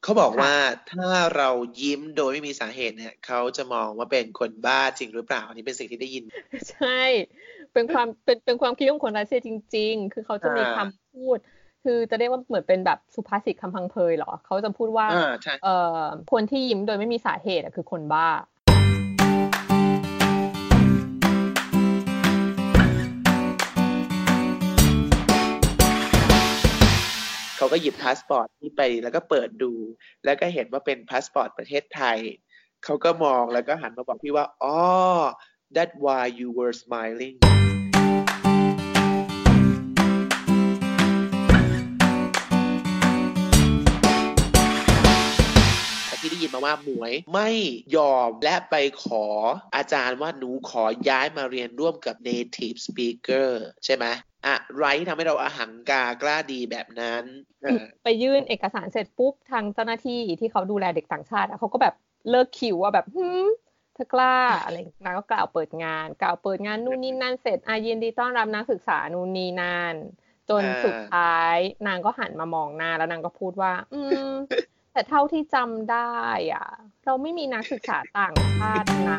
เขาบอกค่ะว่าถ้าเรายิ้มโดยไม่มีสาเหตุเนี่ยเขาจะมองว่าเป็นคนบ้าจริงหรือเปล่าอันนี้เป็นสิ่งที่ได้ยินใช่เป็นความคิดของคนรัสเซียจริงๆคือเขาจะอ่มีคาำพูดคือจะเรียกว่าเหมือนเป็นแบบสุภาษิตคำพังเพยเหรอเขาจะพูดว่าอ่าใช่เอ่คนที่ยิ้มโดยไม่มีสาเหตุอะคือคนบ้าเขาก็หยิบพาสปอร์ตที่ไปแล้วก็เปิดดูแล้วก็เห็นว่าเป็นพาสปอร์ตประเทศไทยเขาก็มองแล้วก็หันมาบอกพี่ว่าอ๋อ that's why you were smiling แต่พี่ได้ยินมาว่าหมวยไม่ยอมและไปขออาจารย์ว่าหนูขอย้ายมาเรียนร่วมกับ native speaker ใช่ไหมอะไรที่ทำให้เราอหังการกล้าดีแบบนั้นไปยื่นเอกสารเสร็จปุ๊บทางเจ้าหน้าที่ที่เขาดูแลเด็กต่างชาติอะเขาก็แบบเลิกคิวว่าแบบเธอกล้าอะไรนางก็กล่าวเปิดงานนู่นนี่นั่นเสร็จยินดีต้อนรับนักศึกษานู่นนี่นั่นจนอ่สุดาท้ายนางก็หันมามองหน้าแล้วนางก็พูดว่าแต่เท่าที่จำได้อ่ะเราไม่มีนักศึกษาต่างชาตินะ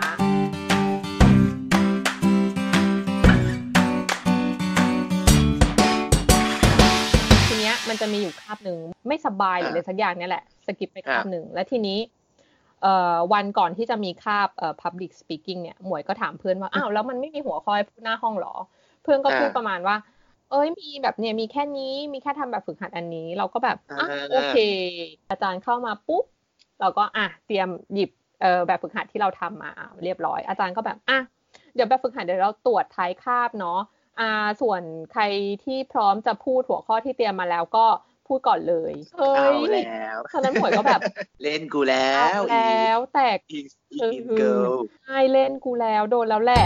ทีเนี้ยมันจะมีอยู่คาบหนึ่งไม่สบายหรืออะไรสักอย่างเนี่ยแหละสกิปไปคาบหนึ่งและทีนี้วันก่อนที่จะมีคาบpublic speaking เนี่ยหมวยก็ถามเพื่อนว่าอ้าวแล้วมันไม่มีหัวข้อให้พูดหน้าห้องหรอเพื่อนก็พูดประมาณว่าเอ้ยมีแบบเนี่ยมีแค่นี้มีแค่ทำแบบฝึกหัดอันนี้เราก็แบบโอเคอาจารย์เข้ามาปุ๊บเราก็เตรียมหยิบแบบฝึกหัดที่เราทำมาเรียบร้อยอาจารย์ก็แบบเดี๋ยวแบบฝึกหัดเดี๋ยวเราตรวจท้ายคาบเนาะส่วนใครที่พร้อมจะพูดหัวข้อที่เตรียมมาแล้วก็พูดก่อนเลยเฮ้เอายแล้วตอนนั้นหมวยก็แบบเล่นกูแล้เอาวแล้อีวแต่อีอีคืออินเกิลใช่เล่นกูแล้วโดนแล้วแหละ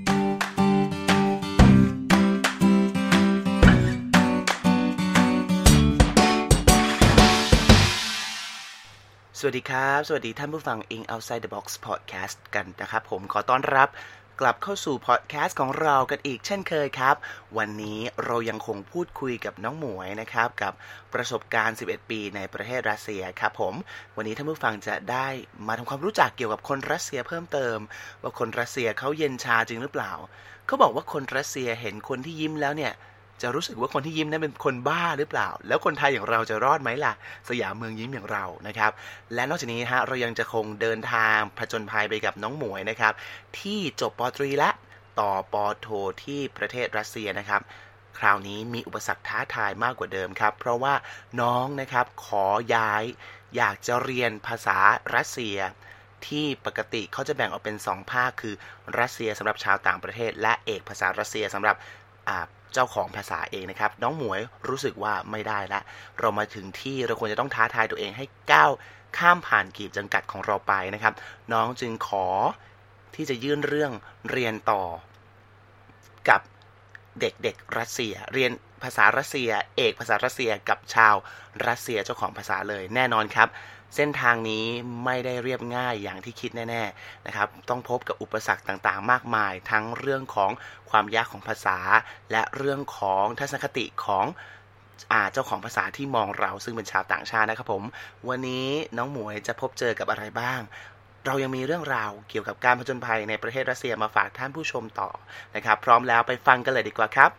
สวัสดีครับสวัสดีท่านผู้ฟัง Ink Outside the Box Podcast กันนะครับผมขอต้อนรับกลับเข้าสู่พอดแคสต์ของเรากันอีกเช่นเคยครับวันนี้เรายังคงพูดคุยกับน้องหมวยนะครับกับประสบการณ์11ปีในประเทศรัสเซียครับผมวันนี้ท่านผู้ฟังจะได้มาทำความรู้จักเกี่ยวกับคนรัสเซียเพิ่มเติมว่าคนรัสเซียเขาเย็นชาจริงหรือเปล่าเขาบอกว่าคนรัสเซียเห็นคนที่ยิ้มแล้วเนี่ยจะรู้สึกว่าคนที่ยิ้มนั้นเป็นคนบ้าหรือเปล่าแล้วคนไทยอย่างเราจะรอดไหมล่ะสยามเมืองยิ้มอย่างเรานะครับและนอกจากนี้ฮะเรายังจะคงเดินทางผจญภัยไปกับน้องหมวยนะครับที่จบป.ตรีและต่อป.โทที่ประเทศรัสเซียนะครับคราวนี้มีอุปสรรคท้าทายมากกว่าเดิมครับเพราะว่าน้องนะครับขอย้ายอยากจะเรียนภาษารัสเซียที่ปกติเขาจะแบ่งออกเป็น2ภาคคือรัสเซียสำหรับชาวต่างประเทศและเอกภาษารัสเซียสำหรับเจ้าของภาษาเองนะครับน้องหมวยรู้สึกว่าไม่ได้ละเรามาถึงที่เราควรจะต้องท้าทายตัวเองให้ก้าวข้ามผ่านขีดจำกัดของเราไปนะครับน้องจึงขอที่จะยื่นเรื่องเรียนต่อกับเด็กๆรัสเซียเรียนภาษารัสเซียเอกภาษารัสเซียกับชาวรัสเซียเจ้าของภาษาเลยแน่นอนครับเส้นทางนี้ไม่ได้เรียบง่ายอย่างที่คิดแน่ๆนะครับต้องพบกับอุปสรรคต่างๆมากมายทั้งเรื่องของความยากของภาษาและเรื่องของทัศนคติของเจ้าของภาษาที่มองเราซึ่งเป็นชาวต่างชาตินะครับผมวันนี้น้องหมวยจะพบเจอกับอะไรบ้างเรายังมีเรื่องราวเกี่ยวกับการผจญภัยในประเทศรัสเซียมาฝากท่านผู้ชมต่อนะครับพร้อมแล้วไปฟังกันเลยดีกว่าครับ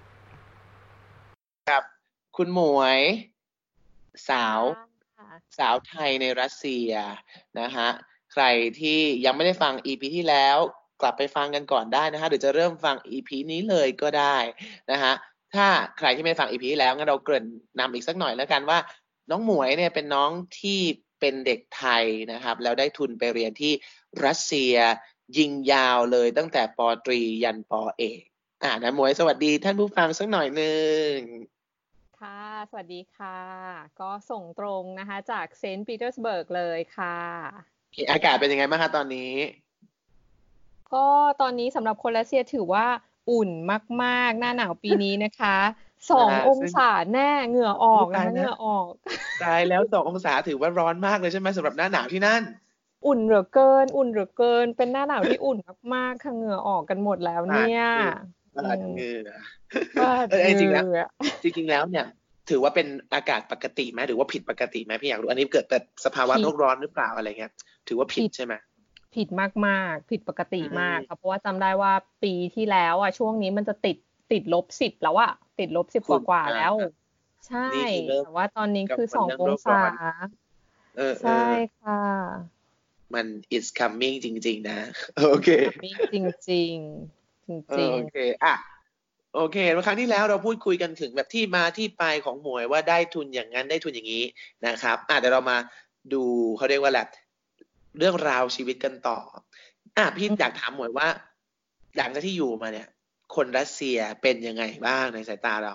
ครับคุณหมวยสาวไทยในรัสเซียนะฮะใครที่ยังไม่ได้ฟัง EP ที่แล้วกลับไปฟังกันก่อนได้นะฮะหรือจะเริ่มฟัง EP นี้เลยก็ได้นะฮะถ้าใครที่ไม่ได้ฟัง EP ที่แล้วงั้นเราเกริ่นนำอีกสักหน่อยแล้วกันว่าน้องหมวยเนี่ยเป็นน้องที่เป็นเด็กไทยนะครับแล้วได้ทุนไปเรียนที่รัสเซียยิงยาวเลยตั้งแต่ป.ตรียันป.เอกนะหมวยสวัสดีท่านผู้ฟังสักหน่อยนึงค่ะสวัสดีค่ะก็ส่งตรงนะคะจากเซนต์ปีเตอร์สเบิร์กเลยค่ะอากาศเป็นยังไงบ้างคะตอนนี้ก็ตอนนี้สำหรับคนรัสเซียถือว่าอุ่นมากๆหน้าหนาวปีนี้นะคะ2 องศาแน่เหงื่อออกนะคะเหงื่อออกตายแล้ว2 องศาถือว่าร้อนมากเลยใช่ไหมสำหรับหน้าหนาวที่นั่นอุ่นเหลือเกินเป็นหน้าหนาวที่อุ่นมากๆค่ะเหงื่อออกกันหมดแล้วปาดเนี่ยเหงื่อปาดอืมเหงื่อว่าเหงื่จริงๆแล้วอจริงๆแล้วเนี่ยถือว่าเป็นอากาศปกติไหมหรือว่าผิดปกติไหมพี่อยากรู้อันนี้เกิดแต่สภาวะโลกร้อนหรือเปล่าอะไรเงี้ยถือว่าผิดใช่ไหมผิดมากๆผิดปกติมากค่ะเพราะว่าจำได้ว่าปีที่แล้วอ่ะช่วงนี้มันจะติด-10แล้วอ่ะติด-10กว่าแล้วใช่แต่ว่าตอนนี้คือ2องศาใช่ค่ะมัน is coming จริงๆนะโอเค coming จริงๆจริงโอเคอ่ะโอเคเมื่อครั้งที่แล้วเราพูดคุยกันถึงแบบที่มาที่ไปของหมวยว่าได้ทุนอย่างนั้นได้ทุนอย่างนี้นะครับเดี๋ยวเรามาดูเขาเรียกว่าแหละเรื่องราวชีวิตกันต่อพี่อยากถามหมวยว่าหลังจากที่อยู่มาเนี่ยคนรัสเซียเป็นยังไงบ้างในสายตาเรา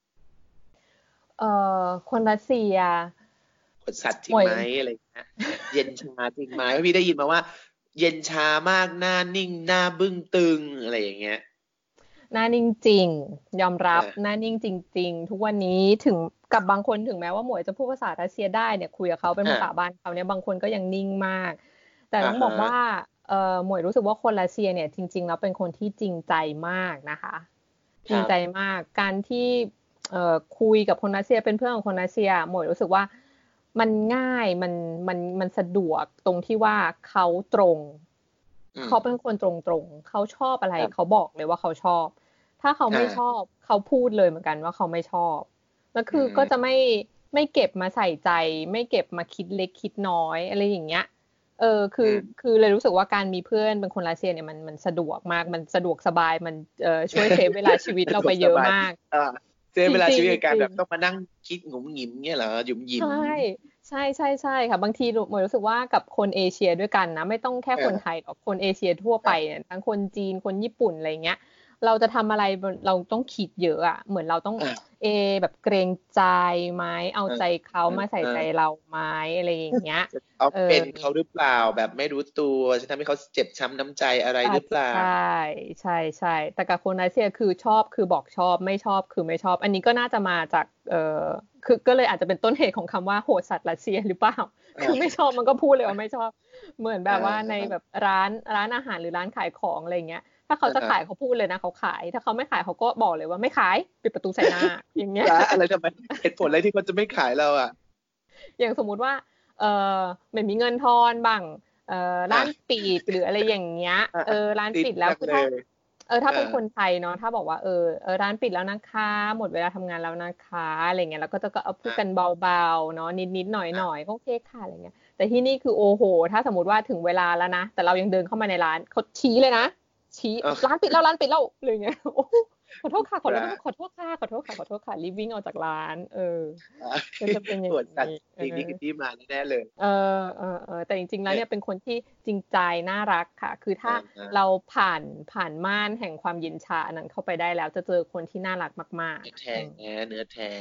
คนรัสเซียกดสัตว์จริงไหมอะไรอย่างเงี้ยเย็นชาจริงไหมพี่ได้ยินมาว่าเย็นชามากหน้านิ่งหน้าบึ้งตึงอะไรอย่างเงี้ยหน้านิ่งจริงยอมรับหน้านิ่งจริงๆทุกวันนี้ถึงกับบางคนถึงแม้ว่าหมวยจะพูดภาษารัสเซียได้เนี่ยคุยกับเขาเป็นภาษาบ้านเขาเนี่ยบางคนก็ยังนิ่งมากแต่ต้องบอกว่าหมวยรู้สึกว่าคนรัสเซียเนี่ยจริงๆแล้วเป็นคนที่จริงใจมากนะคะจริงใจมากการที่คุยกับคนรัสเซียเป็นเพื่อนของคนรัสเซียหมวยรู้สึกว่ามันง่ายมันสะดวกตรงที่ว่าเขาตรงเขาเป็นคนตรงๆเขาชอบอะไรเขาบอกเลยว่าเขาชอบถ้าเขาไม่ชอบเขาพูดเลยเหมือนกันว่าเขาไม่ชอบแล้วคือก็จะไม่เก็บมาใส่ใจไม่เก็บมาคิดเล็กคิดน้อยอะไรอย่างเงี้ยคือเลยรู้สึกว่าการมีเพื่อนเป็นคนรัสเซียเนี่ยมันสะดวกมากมันสะดวกสบายมันช่วยเซฟเวลาชีวิตเราไปเยอะมากเซฟเวลาชีวิตในการแบบต้องมานั่งคิดหงุมหงิมเงี้ยเหรอหยุมหยิมใช่ค่ะบางทีหมวยรู้สึกว่ากับคนเอเชียด้วยกันนะไม่ต้องแค่คนไทยหรอกคนเอเชียทั่วไปเนี่ยทั้งคนจีนคนญี่ปุ่นอะไรเงี้ยเราจะทำอะไรเราต้องคิดเยอะอ่ะเหมือนเราต้องแบบเกรงใจไหมเอาใจเขามาใส่ใจเราไหมอะไรอย่างเงี้ยเอาเป็นเขาหรือเปล่าแบบไม่รู้ตัวจะทำให้เขาเจ็บช้ำน้ำใจอะไรหรือเปล่าใช่แต่กับคนรัสเซียคือชอบคือบอกชอบไม่ชอบคือไม่ชอบอันนี้ก็น่าจะมาจากคือก็เลยอาจจะเป็นต้นเหตุของคำว่าโหดสัตว์รัสเซียหรือเปล่าคือไม่ชอบมันก็พูดเลยว่าไม่ชอบเหมือนแบบว่าในแบบร้านอาหารหรือร้านขายของอะไรเงี้ยถ้าเขาจะขายเขาพูดเลยนะเขาขายถ้าเขาไม่ขายเขาก็บอกเลยว่าไม่ขายปิดประตูใส่หน้าอย่างเงี้ยอะไรทำไมเหตุผลอะไรที่เขาจะไม่ขายเราอ่ะอย่างสมมุติว่าไม่มีเงินทอนบ้างร้านปิดหรืออะไรอย่างเงี้ยร้านปิดแล้วคือถ้าเป็นคนไทยเนาะถ้าบอกว่าร้านปิดแล้วนะคะหมดเวลาทำงานแล้วนะคะอะไรเงี้ยแล้วก็จะเอาพูดกันเบาๆเนาะนิดๆหน่อยๆก็โอเคค่ะอะไรเงี้ยแต่ที่นี่คือโอ้โหถ้าสมมติว่าถึงเวลาแล้วนะแต่เรายังเดินเข้ามาในร้านเขาชี้เลยนะชี้ร้านปิดแล้วอะไรเงี้ยขอโทษค่ะขอโทษค่ะรีบวิ่งออกจากร้านก็จะเป็นอย่างนี้นี่คือที่มาแน่เลยแต่จริงๆแล้วเนี่ยเป็นคนที่จริงใจน่ารักค่ะคือถ้าเราผ่านม่านแห่งความเย็นชาอันนั้นเข้าไปได้แล้วจะเจอคนที่น่ารักมากๆเนื้อแท้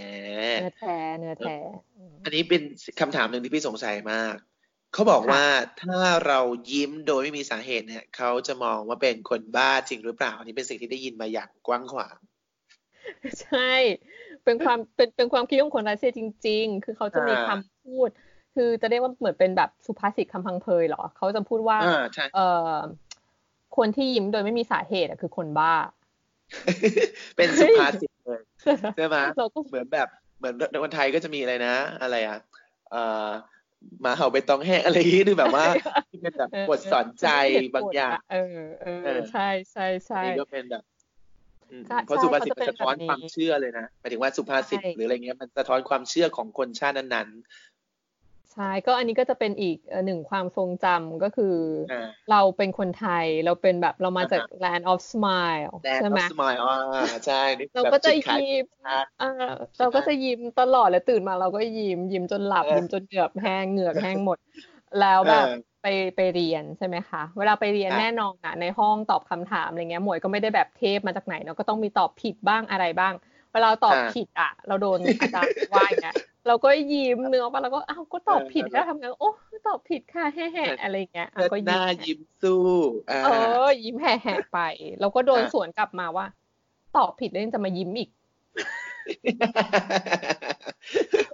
อันนี้เป็นคำถามหนึ่งที่พี่สงสัยมากเขาบอกว่าถ้าเรายิ้มโดยไม่มีสาเหตุเนี่ยเขาจะมองว่าเป็นคนบ้าจริงหรือเปล่าอันนี้เป็นสิ่งที่ได้ยินมาอย่างกว้างขวางใช่เป็นความคิดของคนรัสเซียจริงๆคือเขาจะมีคำพูดคือจะเรียกว่าเหมือนเป็นแบบสุภาษิตคำพังเพยเหรอเขาจะพูดว่าคนที่ยิ้มโดยไม่มีสาเหตุคือคนบ้าเป็นสุภาษิตเลยใช่ไหมเหมือนคนไทยก็จะมีอะไรนะอะไรมาเห่าใบตองแห้งอะไรอย่างนี้ดูแบบว่าที่เป็นแบบบทสอนใจบางอย่างใช่นี่ก็เป็นแบบเพราะสุภาษิตมันสะท้อนความเชื่อเลยนะหมายถึงว่าสุภาษิตหรืออะไรเงี้ยมันสะท้อนความเชื่อของคนชาตินั้นๆใช่ก็อันนี้ก็จะเป็นอีกหนึ่งความทรงจำก็คือเราเป็นคนไทยเราเป็นแบบเรามาจาก Land of Smile ใช่ไหมใช่เราก็จะยิ้มเราก็จะยิ้มตลอดเลยตื่นมาเราก็ยิ้มจนหลับยิ้มจนเหงือกแห้งหมดแล้วแบบไปเรียนใช่ไหมคะเวลาไปเรียนแน่นอนนะในห้องตอบคำถามอะไรเงี้ยหมวยก็ไม่ได้แบบเทพมาจากไหนเนาะก็ต้องมีตอบผิดบ้างอะไรบ้างเวลาตอบผิดเราโดนอาจารย์ว่าอย่างเงี้ยเราก็ยิ้มเนื้อป่ะแล้วก็ก็ตอบผิดแล้วทำไงโอ้ตอบผิดค่ะแห่ๆอะไรเงี้ยก็ยิ้มสู้ยิ้มแห่ๆไปแล้วก็โดนสวนกลับมาว่าตอบผิดแล้วยังจะมายิ้มอีก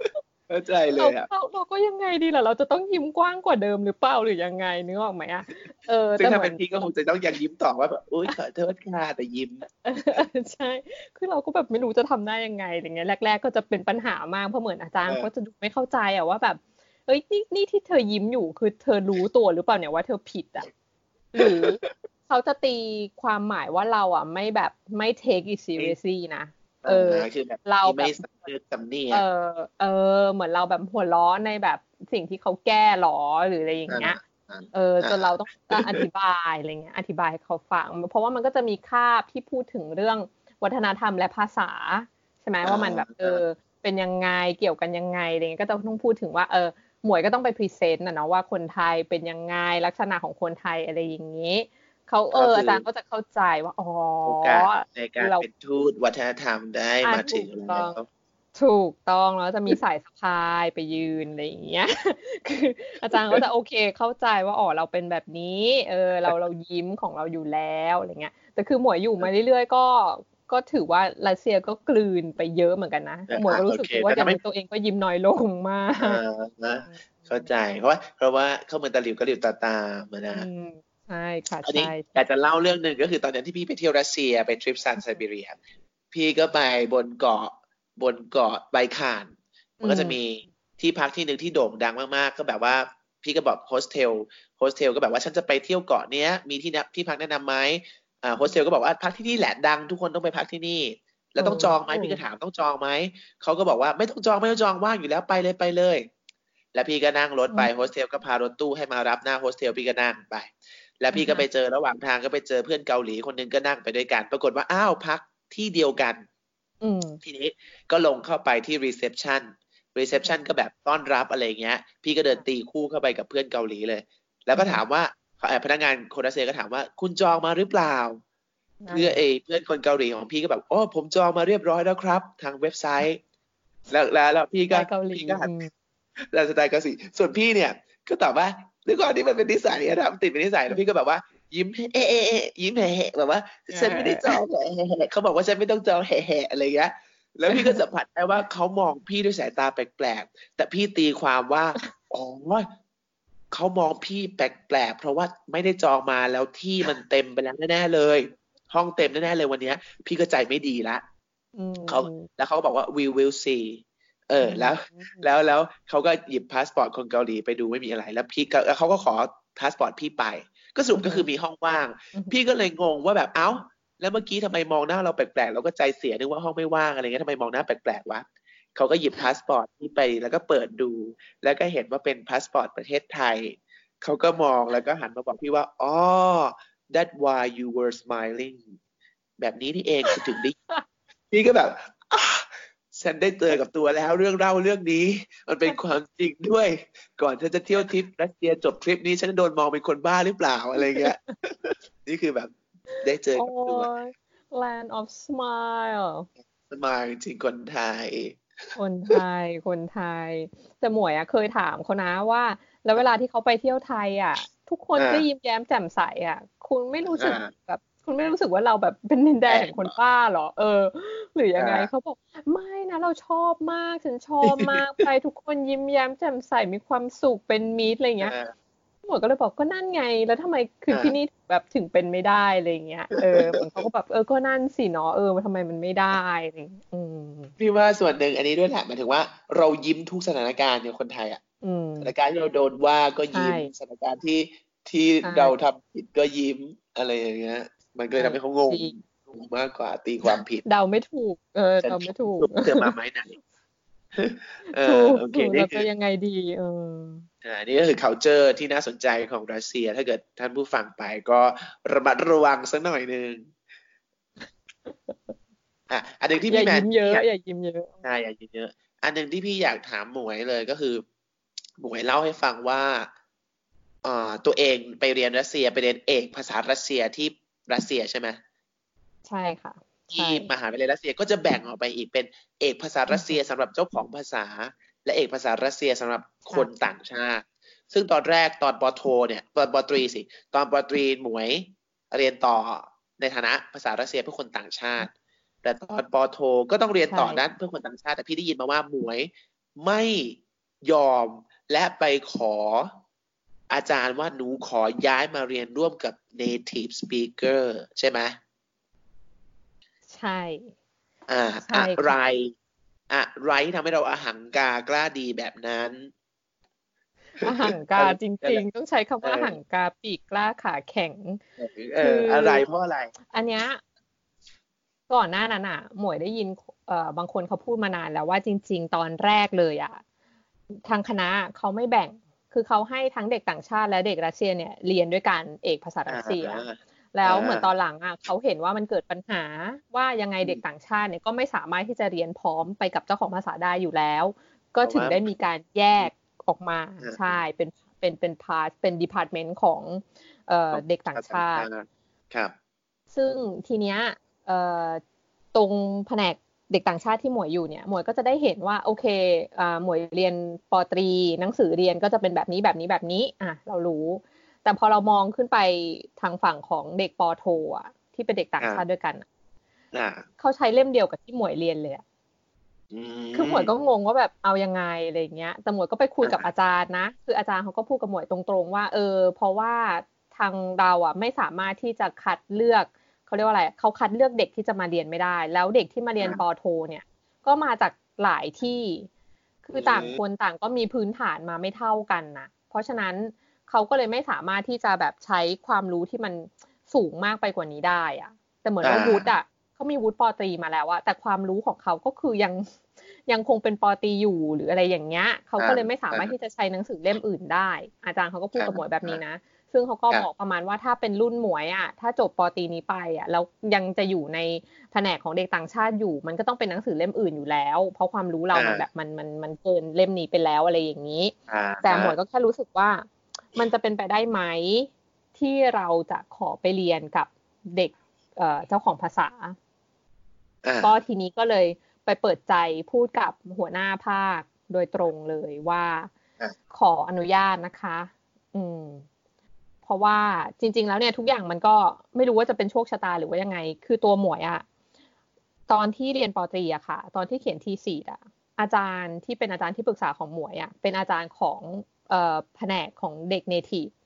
เข้าใจเลยครับเราก็ยังไงดีล่ะเราจะต้องยิ้มกว้างกว่าเดิมหรือเปล่าหรือยังไงนึกออกไหมอ่ะซึ่งแต่ถ้าเหมือนเป็นพี่ก็คงจะต้องยังยิ้มต่อว่าแบบอุ้ยขอโทษค่ะแต่ยิ้มใช่คือเราก็แบบไม่รู้จะทำได้ยังไงอะไรเงี้ยแรกๆก็จะเป็นปัญหามากเพราะเหมือนอาจารย์เขาจะดูไม่เข้าใจอ่ะว่าแบบเอ้ยนี่ที่เธอยิ้มอยู่คือเธอรู้ตัวหรือเปล่าเนี่ยว่าเธอผิดอ่ะหรือเขาจะตีความหมายว่าเราอ่ะไม่ take it seriously นะคือแบบเราที่ไม่แบบสำเนียเอกอเหมือนเราแบบหัวล้อในแบบสิ่งที่เขาแก้หรอหรืออะไรอย่างเงี้ยจนเราต้องอธิบายอะไรเงี้ยอธิบายให้เขาฟังเพราะว่ามันก็จะมีคาบที่พูดถึงเรื่องวัฒนธรรมและภาษาใช่ไหมว่ามันแบบเป็นยังไงเกี่ยวกันยังไงอะไรเงี้ยก็จะต้องพูดถึงว่าหมวยก็ต้องไปพรีเซนต์นะเนาะว่าคนไทยเป็นยังไงลักษณะของคนไทยอะไรอย่างนี้เขาอาจารย์ก็จะเข้าใจว่าอ๋อโอกาสในการเราเป็นทูตวัฒนธรรมได้มาถึงแล้วถูกต้องแล้วจะมีสายสะพายไปยืนอะไรอย่างเงี้ยคืออาจารย์ก็จะโอเคเข้าใจว่าอ๋อเราเป็นแบบนี้เรายิ้มของเราอยู่แล้วอะไรเงี้ยแต่คือหมวยอยู่มาเรื่อยๆก็ถือว่ารัสเซียก็กลืนไปเยอะเหมือนกันนะหมวยก็รู้สึกว่าอย่างตัวเองก็ยิ้มน้อยลงมากนะเข้าใจเพราะว่าเข้าเมืองตะหลิวก็หลิวตาตาเหมือนนะใช่ค่ะอันนี้ใช่อยากจะเล่าเรื่องหนึ่งก็คือตอนนั้นที่พี่ไปเที่ยวรัสเซียไปทริปซานไซบีเรียพี่ก็ไปบนเกาะไบคานมันก็จะมีที่พักที่หนึ่งที่โด่งดังมากๆก็แบบว่าพี่ก็บอกโฮสเทลก็แบบว่าฉันจะไปเที่ยวเกาะเนี้ยมีที่พักแนะนำไหมโฮสเทลก็บอกว่าพักที่นี่แหละดังทุกคนต้องไปพักที่นี่แล้วต้องจองไหมพี่ก็ถามต้องจองไหมเขาก็บอกว่าไม่ต้องจองว่างอยู่แล้วไปเลยแล้วพี่ก็นั่งรถไปโฮสเทลก็พารถตู้ให้มารับหน้าโฮสเทลพี่ก็นั่งไปแล้วพี่ก็ไปเจอระหว่างทางก็ไปเจอเพื่อนเกาหลีคนนึงก็นั่งไปด้วยกันปรากฏว่าอ้าวพักที่เดียวกันทีนี้ก็ลงเข้าไปที่รีเซพชันก็แบบต้อนรับอะไรเงี้ยพี่ก็เดินตีคู่เข้าไปกับเพื่อนเกาหลีเลยแล้วก็ถามว่าพนักงานคนรัสเซียก็ถามว่าคุณจองมาหรือเปล่าเพื่อนคนเกาหลีของพี่ก็แบบอ๋อผมจองมาเรียบร้อยแล้วครับทางเว็บไซต์แล้วพี่ก็แล้วสไตล์เกาหลีส่วนพี่เนี่ยก็ตอบว่าด้วยความที่มันเป็นนิสัยนะครับติดเป็นนิสัยแล้วพี่ก็แบบว่ายิ้มยิ้มแห่แบบว่าฉันไม่ได้จองแห่เขาบอกว่าฉันไม่ต้องจองแห่อะไรเงี้ยแล้วพี่ก็สัมผัสได้ว่าเขามองพี่ด้วยสายตาแปลกๆแต่พี่ตีความว่าอ๋อเขามองพี่แปลกๆเพราะว่าไม่ได้จองมาแล้วที่มันเต็มไปแล้วแน่ๆเลยห้องเต็มแน่ๆเลยวันนี้พี่ก็ใจไม่ดีละเขาแล้วเขาก็บอกว่า we will see แล้วเขาก็หยิบพาสปอร์ตคนเกาหลีไปดูไม่มีอะไรแล้วแล้วเขาก็ขอพาสปอร์ตพี่ไปก็สรุปก็คือมีห้องว่างพี่ก็เลยงงว่าแบบเอ้าแล้วเมื่อกี้ทำไมมองหน้าเราแปลกๆเราก็ใจเสียนึกว่าห้องไม่ว่างอะไรเงี้ยทำไมมองหน้าแปลกๆวะเขาก็หยิบพาสปอร์ตพี่ไปแล้วก็เปิดดูแล้วก็เห็นว่าเป็นพาสปอร์ตประเทศไทยเขาก็มองแล้วก็หันมาบอกพี่ว่าอ๋อ that's why you were smiling แบบนี้นี่เองคือถึงได้พี่ก็แบบฉันได้เจอกับตัวแล้วเรื่องเล่าเรื่องนี้มันเป็นความจริงด้วยก่อนฉันจะเที่ยวทริปรัสเซียจบทริปนี้ฉันโดนมองเป็นคนบ้าหรือเปล่าอะไรเงี้ยนี่คือแบบได้เจอกับตัว Land of Smile สมายจริงคนไทยคนไทยแต่หมวยเคยถามเขานะว่าแล้วเวลาที่เขาไปเที่ยวไทยทุกคนก็ยิ้มแย้มแจ่มใสคุณไม่รู้สึกแบบคุณไม่รู้สึกว่าเราแบบเป็นดินแดนแห่งคนบ้าหรอหรือยังไงเขาบอกไม่นะเราชอบมากฉันชอบมากไปทุกคนยิ้มแย้มแจ่มใสมีความสุขเป็นมิตรอะไรเงี้ยหมวยก็เลยบอกก็นั่นไงแล้วทำไมคือที่นี่แบบถึงเป็นไม่ได้อะไรเงี้ยมันเขาก็แบบก็นั่นสิเนาะทำไมมันไม่ได้อะไรพี่ว่าส่วนหนึ่งอันนี้ด้วยแหละหมายถึงว่าเรายิ้มทุกสถานการณ์ในคนไทยสถานการณ์ที่เราโดนว่าก็ยิ้มสถานการณ์ที่เราทำผิดก็ยิ้มอะไรอย่างเงี้ยมันก็เลยทำให้เขางงมากกว่าตีความผิดเดาไม่ถูกเดาไม่ถูกเธอมาไม้ไหนถูกโอเคนี่เราคืจะยังไงดีนี่ก็คือ culture ที่น่าสนใจของรัสเซียถ้าเกิดท่านผู้ฟังไปก็ระมัดระวังสักหน่อยนึงอันหนึ่งที่พี่แมนอย่ายิ้มเยอะใช่อย่ายิ้มเยอะอันหนึ่งที่พี่อยากถามหมวยเลยก็คือหมวยเล่าให้ฟังว่าตัวเองไปเรียนรัสเซียไปเรียนเอกภาษารัสเซียที่รัสเซียใช่ไหมใช่ค่ะที่มหาวิทยาลัยรัสเซียก็จะแบ่งออกไปอีกเป็นเอกภาษารัสเซียสำหรับเจ้าของภาษาและเอกภาษารัสเซียสำหรับคนต่างชาติซึ่งตอนแรกตอนป.โทเนี่ยตอนป.ตรีตอนป.ตรีหมวยเรียนต่อในฐานะภาษารัสเซียเพื่อคนต่างชาติแต่ตอนป.โทก็ต้องเรียนต่อนั้นเพื่อคนต่างชาติแต่พี่ได้ยินมาว่าหมวยไม่ยอมและไปขออาจารย์ว่าหนูขอย้ายมาเรียนร่วมกับ native speaker ใช่ไหมใช่ใช่อะไรที่ทำให้เราอหังการกล้าดีแบบนั้นอหังการจริงๆต้องใช้คำว่าอหังการปีกกล้าขาแข็งคืออะไรเพราะอะไรอันเนี้ยก่อนหน้านั้นอ่ะหมวยได้ยินบางคนเขาพูดมานานแล้วว่าจริงๆตอนแรกเลยอ่ะทางคณะเขาไม่แบ่งคือเขาให้ทั้งเด็กต่างชาติและเด็กรัสเซียเนี่ยเรียนด้วยกันเอกภาษารัสเซียแล้วเหมือนตอนหลังอ่ะเขาเห็นว่ามันเกิดปัญหาว่ายังไงเด็กต่างชาติเนี่ยก็ไม่สามารถที่จะเรียนพร้อมไปกับเจ้าของภาษาได้อยู่แล้วก็ถึงได้มีการแยกออกมาใช่เป็นพาร์ทเป็นดีพาร์ตเมนต์ของเด็กต่างชาติครับซึ่งทีเนี้ยตรงแผนกเด็กต่างชาติที่หมวยอยู่เนี่ยหมวยก็จะได้เห็นว่าโอเคหมวยเรียนป.ตรีหนังสือเรียนก็จะเป็นแบบนี้เรารู้แต่พอเรามองขึ้นไปทางฝั่งของเด็กป.โทอ่ะที่เป็นเด็กต่างชาติด้วยกันเขาใช้เล่มเดียวกับที่หมวยเรียนเลยคือหมวยก็งงว่าแบบเอายังไงอะไรเงี้ยแต่หมวยก็ไปคุยกับอาจารย์นะคืออาจารย์เขาก็พูดกับหมวยตรงๆว่าเพราะว่าทางเราอ่ะไม่สามารถที่จะคัดเลือกเขาเรียกว่าอะไรเขาคัดเลือกเด็กที่จะมาเรียนไม่ได้แล้วเด็กที่มาเรียนป.โทเนี่ยก็มาจากหลายที่คือต่างคนต่างก็มีพื้นฐานมาไม่เท่ากันนะเพราะฉะนั้นเขาก็เลยไม่สามารถที่จะแบบใช้ความรู้ที่มันสูงมากไปกว่านี้ได้อ่ะแต่เหมือนว่าวุฒิอ่ะเขามีวุฒิป.ตรีมาแล้วอะแต่ความรู้ของเขาก็คือยังคงเป็นป.ตรีอยู่หรืออะไรอย่างเงี้ยเขาก็เลยไม่สามารถที่จะใช้หนังสือเล่มอื่นได้อาจารย์เขาก็พูดกับหมวยแบบนี้นะซึ่งเขาก็บอกประมาณว่าถ้าเป็นรุ่นหมวยอ่ะถ้าจบป.ตรีนี้ไปอ่ะแล้วยังจะอยู่ในแผนกของเด็กต่างชาติอยู่มันก็ต้องเป็นหนังสือเล่มอื่นอยู่แล้วเพราะความรู้เรามันแบบมันเกินเล่มนี้ไปแล้วอะไรอย่างนี้แต่หมวยก็แค่รู้สึกว่ามันจะเป็นไปได้ไหมที่เราจะขอไปเรียนกับเด็กเจ้าของภาษาก็ทีนี้ก็เลยไปเปิดใจพูดกับหัวหน้าภาคโดยตรงเลยว่าขออนุญาตนะคะเพราะว่าจริงๆแล้วเนี่ยทุกอย่างมันก็ไม่รู้ว่าจะเป็นโชคชะตาหรือว่ายังไงคือตัวหมวยอะตอนที่เรียนป.ตรีอะค่ะตอนที่เขียนทีซีอะอาจารย์ที่เป็นอาจารย์ที่ปรึกษาของหมวยอะเป็นอาจารย์ของแผนกของเด็กเนทีฟ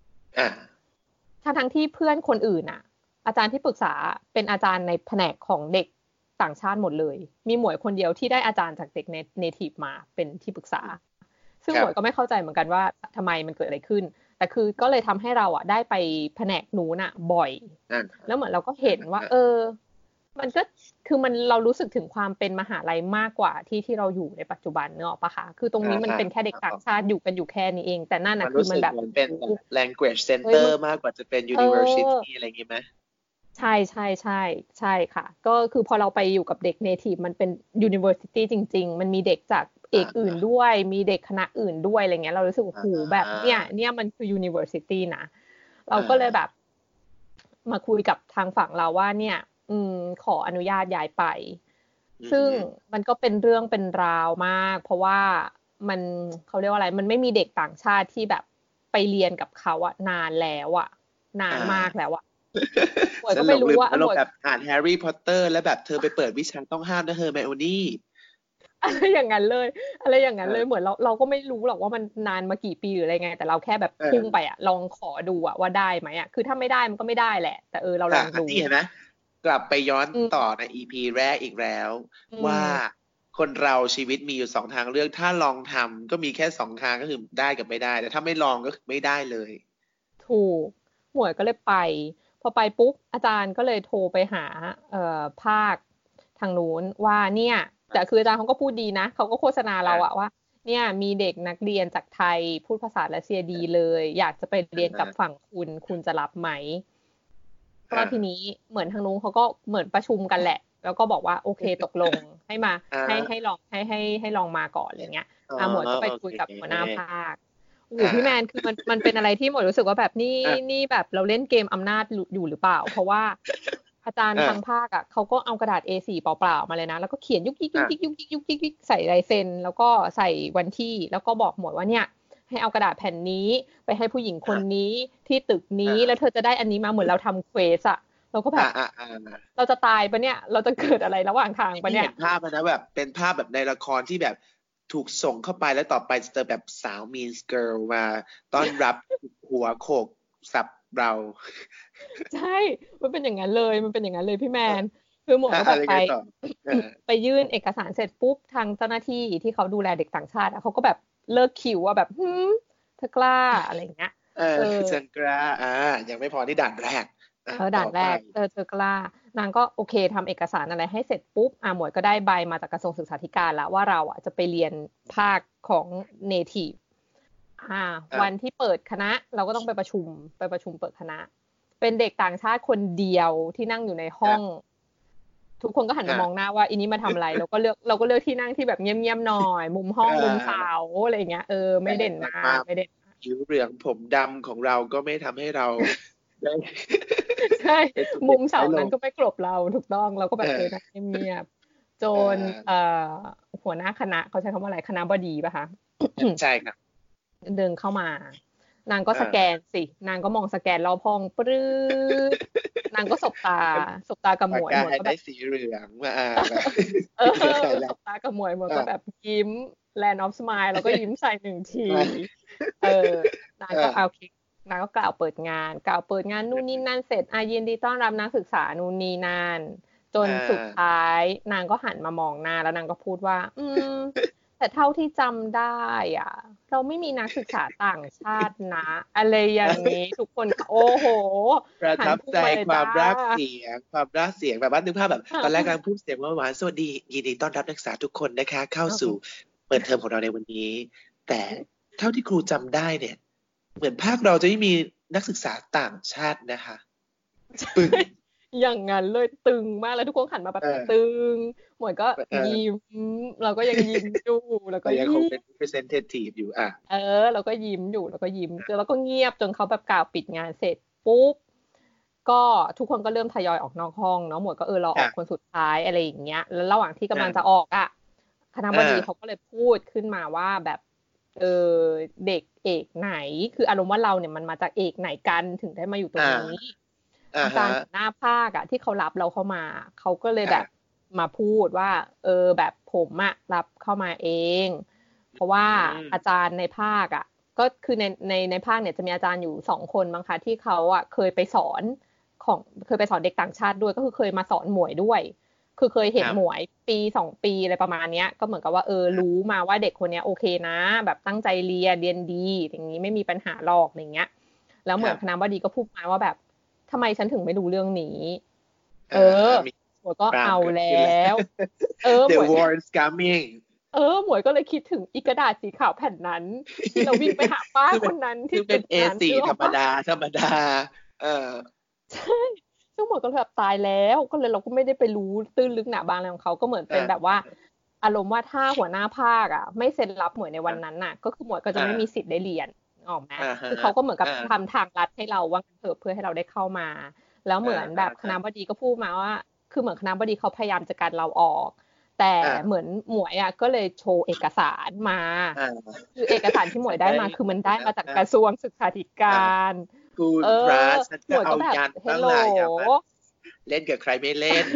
ทั้งที่เพื่อนคนอื่นอะอาจารย์ที่ปรึกษาเป็นอาจารย์ในแผนกของเด็กต่างชาติหมดเลยมีหมวยคนเดียวที่ได้อาจารย์จากเด็กเนทีฟมาเป็นที่ปรึกษาซึ่งหมวยก็ไม่เข้าใจเหมือนกันว่าทำไมมันเกิดอะไรขึ้นแต่คือก็เลยทำให้เราอ่ะได้ไปแผนกนู้นอ่ะบ่อยแล้วเหมือนเราก็เห็นว่ามันก็คือเรารู้สึกถึงความเป็นมหาลัยมากกว่าที่เราอยู่ในปัจจุบันเนอะปะคะคือตรงนี้มันเป็นแค่เด็กต่างชาติอยู่กันอยู่แค่นี้เองแต่นั่นน่ะคือมันแบบเป็น language center มากกว่าจะเป็น university อะไรอย่างงี้ไหมใช่ค่ะก็คือพอเราไปอยู่กับเด็ก native มันเป็น university จริงๆมันมีเด็กจากเอกอื่นด้วยมีเด็กคณะอื่นด้วยอะไรเงี้ยเรารู้สึกว่าโหแบบเนี่ยมันคือ university นะเราก็เลยแบบมาคุยกับทางฝั่งเราว่าเนี่ยขออนุญาตย้ายไปซึ่งมันก็เป็นเรื่องเป็นราวมากเพราะว่ามันเขาเรียกว่าอะไรมันไม่มีเด็กต่างชาติที่แบบไปเรียนกับเขาอะนานแล้วอะนานมากแล้วอะหมวยก็ไม่รู้ว่าเราแบบอ่านแฮร์รี่พอตเตอร์แล้วแบบเธอไปเปิดวิชาต้องห้ามนะเฮอร์ไมโอนี่อะไรอย่างนั้นเลยเหมือนเราก็ไม่รู้หรอกว่ามันนานมากี่ปีหรืออะไรไงแต่เราแค่แบบพุ่งไปอ่ะลองขอดูอ่ะว่าได้ไหมอ่ะคือถ้าไม่ได้มันก็ไม่ได้แหละแต่เราลองดูนี่เห็นไหมกลับไปย้อนต่อใน EP แรกอีกแล้วว่าคนเราชีวิตมีอยู่2ทางเลือกถ้าลองทำก็มีแค่2ทางก็คือได้กับไม่ได้แต่ถ้าไม่ลองก็คือไม่ได้เลยถูกหมวยก็เลยไปพอไปปุ๊บอาจารย์ก็เลยโทรไปหาภาคทางนู้นว่าเนี่ยแต่คืออาจารย์เขาก็พูดดีนะเขาก็โฆษณาเราอะว่าเนี่ยมีเด็กนักเรียนจากไทยพูดภาษารัสเซียดีเลยอยากจะไปเรียนกับฝั่งคุณจะรับไหมก็ทีนี้เหมือนทางนู้นเขาก็เหมือนประชุมกันแหละแล้วก็บอกว่าโอเคตกลงให้มาให้ลองให้ลองมาก่อนอะไรเงี้ยหมวยก็ไปคุยกับหัวหน้าภาคโอ้พี่แมนคือมันเป็นอะไรที่หมวยรู้สึกว่าแบบนี่แบบเราเล่นเกมอำนาจอยู่หรือเปล่าเพราะว่าอาจารย์ทางภาคอ่ะเขาก็เอากระดาษ A4 เปล่าๆมาเลยนะแล้วก็เขียนยุกยิกใส่ลายเซ็นแล้วก็ใส่วันที่แล้วก็บอกหมวยว่าเนี่ยให้เอากระดาษแผ่นนี้ไปให้ผู้หญิงคนนี้ที่ตึกนี้แล้วเธอจะได้อันนี้มาเหมือนเราทำเควสอะเราก็แบบเราจะตายปะเนี่ยเราจะเกิดอะไรระหว่างทางปะเนี่ยเห็นภาพนะแบบเป็นภาพแบบในละครที่แบบถูกส่งเข้าไปแล้วต่อไปจะเจอแบบสาว mean girl มาต้อนรับหัวโขกสับเราใช่มันเป็นอย่างนั้นเลยพี่แมนคือหมวยก็แบบไปยื่นเอกสารเสร็จปุ๊บทางเจ้าหน้าที่ที่เขาดูแลเด็กต่างชาติเขาก็แบบเลิกคิวว่าแบบเธอกล้าอะไรอย่างเงี้ยฉันกล้ายังไม่พอที่ด่านแรกด่านแรกเธอกล้านางก็โอเคทำเอกสารอะไรให้เสร็จปุ๊บหมวยก็ได้ใบมาจากกระทรวงศึกษาธิการแล้วว่าเราจะไปเรียนภาคของ Native วันที่เปิดคณะเราก็ต้องไปประชุมเปิดคณะเป็นเด็กต่างชาติคนเดียวที่นั่งอยู่ในห้องทุกคนก็หันมามองหน้าว่าอีนี้มาทำอะไรเราก็เลือกที่นั่งที่แบบเงียบๆหน่อยมุมห้องมุมเสาอะไรเงี้ยไม่เด่นมากไม่เด่นผิวเหลืองผมดำของเราก็ไม่ทำให้เราใช่มุมเสานั้นก็ไม่กลบเราถูกต้องเราก็แบบนั่งเงียบๆจนหัวหน้าคณะเขาใช้คำว่าอะไรคณะบดีป่ะคะใช่ครับเดินเข้ามานางก็สแกนสินางก็มองสแกนรอบห้องปรื๊ดนางก็สบตากับหมวยก็แบบสีเหลืองสบตากับหมวยก็แบบยิ้ม Land of Smile แล้วก็ยิ้มใส่1ทีนางก็เอาคลิกนางก็กล่าวเปิดงานนู่นนี่นั่นเสร็จยินดีต้อนรับนักศึกษานู่นนี่นั่นจนสุดท้ายนางก็หันมามองหน้าแล้วนางก็พูดว่าแต่เท่าที่จำได้เราไม่มีนักศึกษาต่างชาตินะอะไรอย่างนี้ทุกคนโอ้โหประทับใจความรักเสียงแบบว่านึกภาพแบบตอนแรกกำลังพูดเสียงหวานๆสวัสดียินดีต้อนรับนักศึกษาทุกคนนะคะเข้าสู่เปิดเทอมของเราในวันนี้แต่เท่าที่ครูจำได้เนี่ยเหมือนภาคเราจะไม่มีนักศึกษาต่างชาตินะคะปึ้งอย่างงั้นเลยตึงมากแล้วทุกคนหันมาแบบตึงหมวยก็ยิ้มเราก็ยังยิ้มอยู่แล้วก็ยังคงเป็น representative อยู่เราก็ยิ้มอยู่แล้วก็ยิ้มแล้วก็เงียบจนเขาแบบกล่าวปิดงานเสร็จปุ๊บก็ทุกคนก็เริ่มทยอยออกนอกห้องเนาะหมวยก็เราออกคนสุดท้ายอะไรอย่างเงี้ยแล้วระหว่างที่กำลังจะออกคณบดีเขาก็เลยพูดขึ้นมาว่าแบบเด็กเอกไหนคืออารมณ์ว่าเราเนี่ยมันมาจากเอกไหนกันถึงได้มาอยู่ตรงนี้อาจารย์หน้าภาคที่เขารับเราเข้ามาเขาก็เลยแบบมาพูดว่าแบบผมรับเข้ามาเองเพราะว่าอาจารย์ในภาคก็คือในภาคเนี่ยจะมีอาจารย์อยู่2คนมั้งคะที่เขาเคยไปสอนเด็กต่างชาติด้วยก็คือเคยมาสอนหมวยด้วยคือเคยเห็นหมวยปี2ปีอะไรประมาณนี้ก็เหมือนกับว่ารู้มาว่าเด็กคนนี้โอเคนะแบบตั้งใจเรียนดีอย่างนี้ไม่มีปัญหาหรอกอย่างเงี้ยแล้วเหมือนคณบดีก็พูดมาว่าแบบทำไมฉันถึงไม่รู้เรื่องนี้หมวยก็เอาแล้ว The war is coming หมวยก็เลยคิดถึงอีกระดาษสีขาวแผ่นนั้นที่เราวิ่งไปหาป้าคนนั้นที่เป็น A4 ธรรมดาใช่ซึ่งหมวยก็แบบตายแล้วก็เลยเราก็ไม่ได้ไปรู้ตื้นลึกหนาบางอะไรของเขาก็เหมือนเป็นแบบว่าอารมณ์ว่าถ้าหัวหน้าภาคไม่เซ็นรับหมวยในวันนั้นก็คือหมวยก็จะไม่มีสิทธิ์ได้เรียนออกไหมคือเขาก็เหมือนกับทำทางลัดให้เราว่าเพื่อให้เราได้เข้ามาแล้วเหมือนแบบคณบดีก็พูดมาว่าคือเหมือนคณบดีเขาพยายามจะกันเราออกแต่เหมือนหมวยก็เลยโชว์เอกสารมาคือเอกสารที่หมวยได้มาคือมันได้มาจากกระทรวงศึกษาธิการหมวยก็แบบเฮลโหลเล่นกับใครไม่เล่น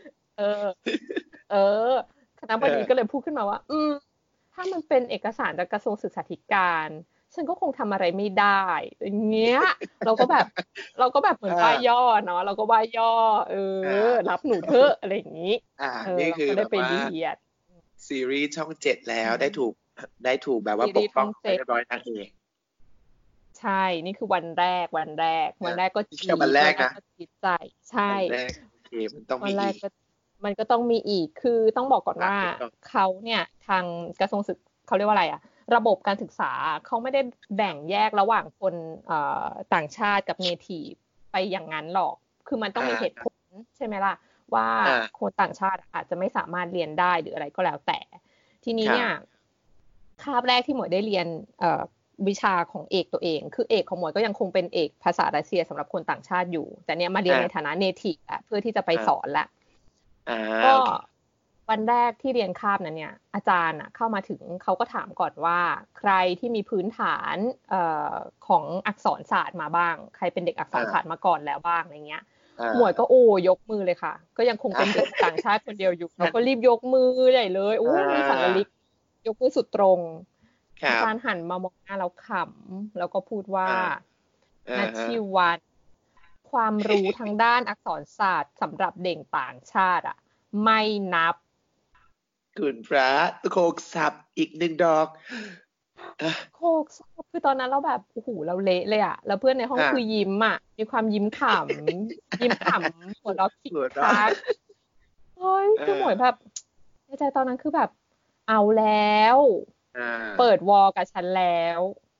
คณบดีก็เลยพูดขึ้นมาว่าถ้ามันเป็นเอกสารจากกระทรวงศึกษาธิการฉันก็คงทำอะไรไม่ได้อย่างเงี้ยเราก็แบบเหมือนว่าย่อเนาะเราก็ว่าย่อรับหนูเถอะอะไรอย่างงี้นี่คือได้ไปเรียนซีรีส์ช่อง7แล้วได้ถูกแบบว่าปกป้องเรียบร้อยนางเอกใช่นี่คือวันแรกก็แค่วันแรกนะจิตใจใช่มันต้องมีอีกมันก็ต้องมีอีกคือต้องบอกก่อนว่าเขาเนี่ยทางกระทรวงศึกเขาเรียกว่าอะไรระบบการศึกษาเขาไม่ได้แบ่งแยกระหว่างคนต่างชาติกับเนทีฟไปอย่างนั้นหรอกคือมันต้องมีเหตุผลใช่ไหมล่ะว่าคนต่างชาติอาจจะไม่สามารถเรียนได้หรืออะไรก็แล้วแต่ทีนี้เนี่ยคาบแรกที่หมวยได้เรียนวิชาของเอกตัวเองคือเอกของหมวยก็ยังคงเป็นเอกภาษารัสเซียสำหรับคนต่างชาติอยู่แต่เนี้ยมาเรียนในฐานะเนทีฟเพื่อที่จะไปสอนละก็วันแรกที่เรียนคาบนั้นเนี่ยอาจารย์เข้ามาถึงเขาก็ถามก่อนว่าใครที่มีพื้นฐานของอักษรศาสตร์มาบ้างใครเป็นเด็กอักษรศาสตร์มาก่อนแล้วบ้างอะไรเงี้ยหมวยก็ยกมือเลยค่ะก็ยังคงเป็นเด็กต่างชาติคนเดียวอยู่แล้วก็รีบยกมือใหญ่เลยมีสังลิกยกมือสุดตรงครัอาบจารย์หันมามองหน้าแล้วขำแล้วก็พูดว่าอ่านัชชีวันความรู้ทางด้านอักษรศาสตร์สำหรับเด็กต่างชาติอ่ะไม่นับคุณพระโคกศัพท์อีก1 ดอกโคกซับคือตอนนั้นเราแบบโอ้โหเราเละเลยอ่ะแล้วเพื่อนในห้องคือยิ้มอ่ะมีความยิ้มขำ ยิ้มขำหัวเราะคิกคักเฮ้ยคือหมวยแบบในใจตอนนั้นคือแบบเอาแล้วเปิดวอลกับฉันแล้ว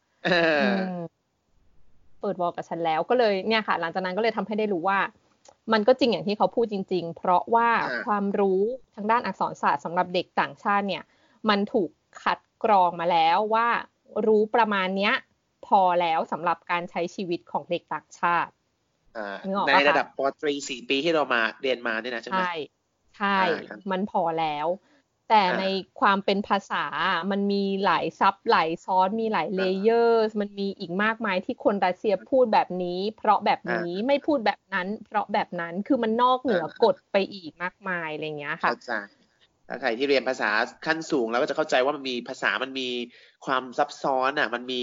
เปิดวอลกับฉันแล้วก็เลยเนี่ยค่ะหลังจากนั้นก็เลยทำให้ได้รู้ว่ามันก็จริงอย่างที่เขาพูดจริงๆเพราะว่าความรู้ทางด้านอักษรศาสตร์สำหรับเด็กต่างชาติเนี่ยมันถูกคัดกรองมาแล้วว่ารู้ประมาณเนี้ยพอแล้วสำหรับการใช้ชีวิตของเด็กต่างชาติในระดับปตรี4 ปีที่เรามาเรียนมาเนี่ยนะใช่ไหมใช่มันพอแล้วแต่ในความเป็นภาษามันมีหลายซับหลายซ้อนมีหลายเลเยอร์มันมีอีกมากมายที่คนรัสเซียพูดแบบนี้เพราะแบบนี้ไม่พูดแบบนั้นเพราะแบบนั้นคือมันนอกเหนือกฎไปอีกมากมายอะไรเงี้ยค่ะถ้าใครที่เรียนภาษาขั้นสูงแล้วก็จะเข้าใจว่ามันมีภาษามันมีความซับซ้อนอ่ะมันมี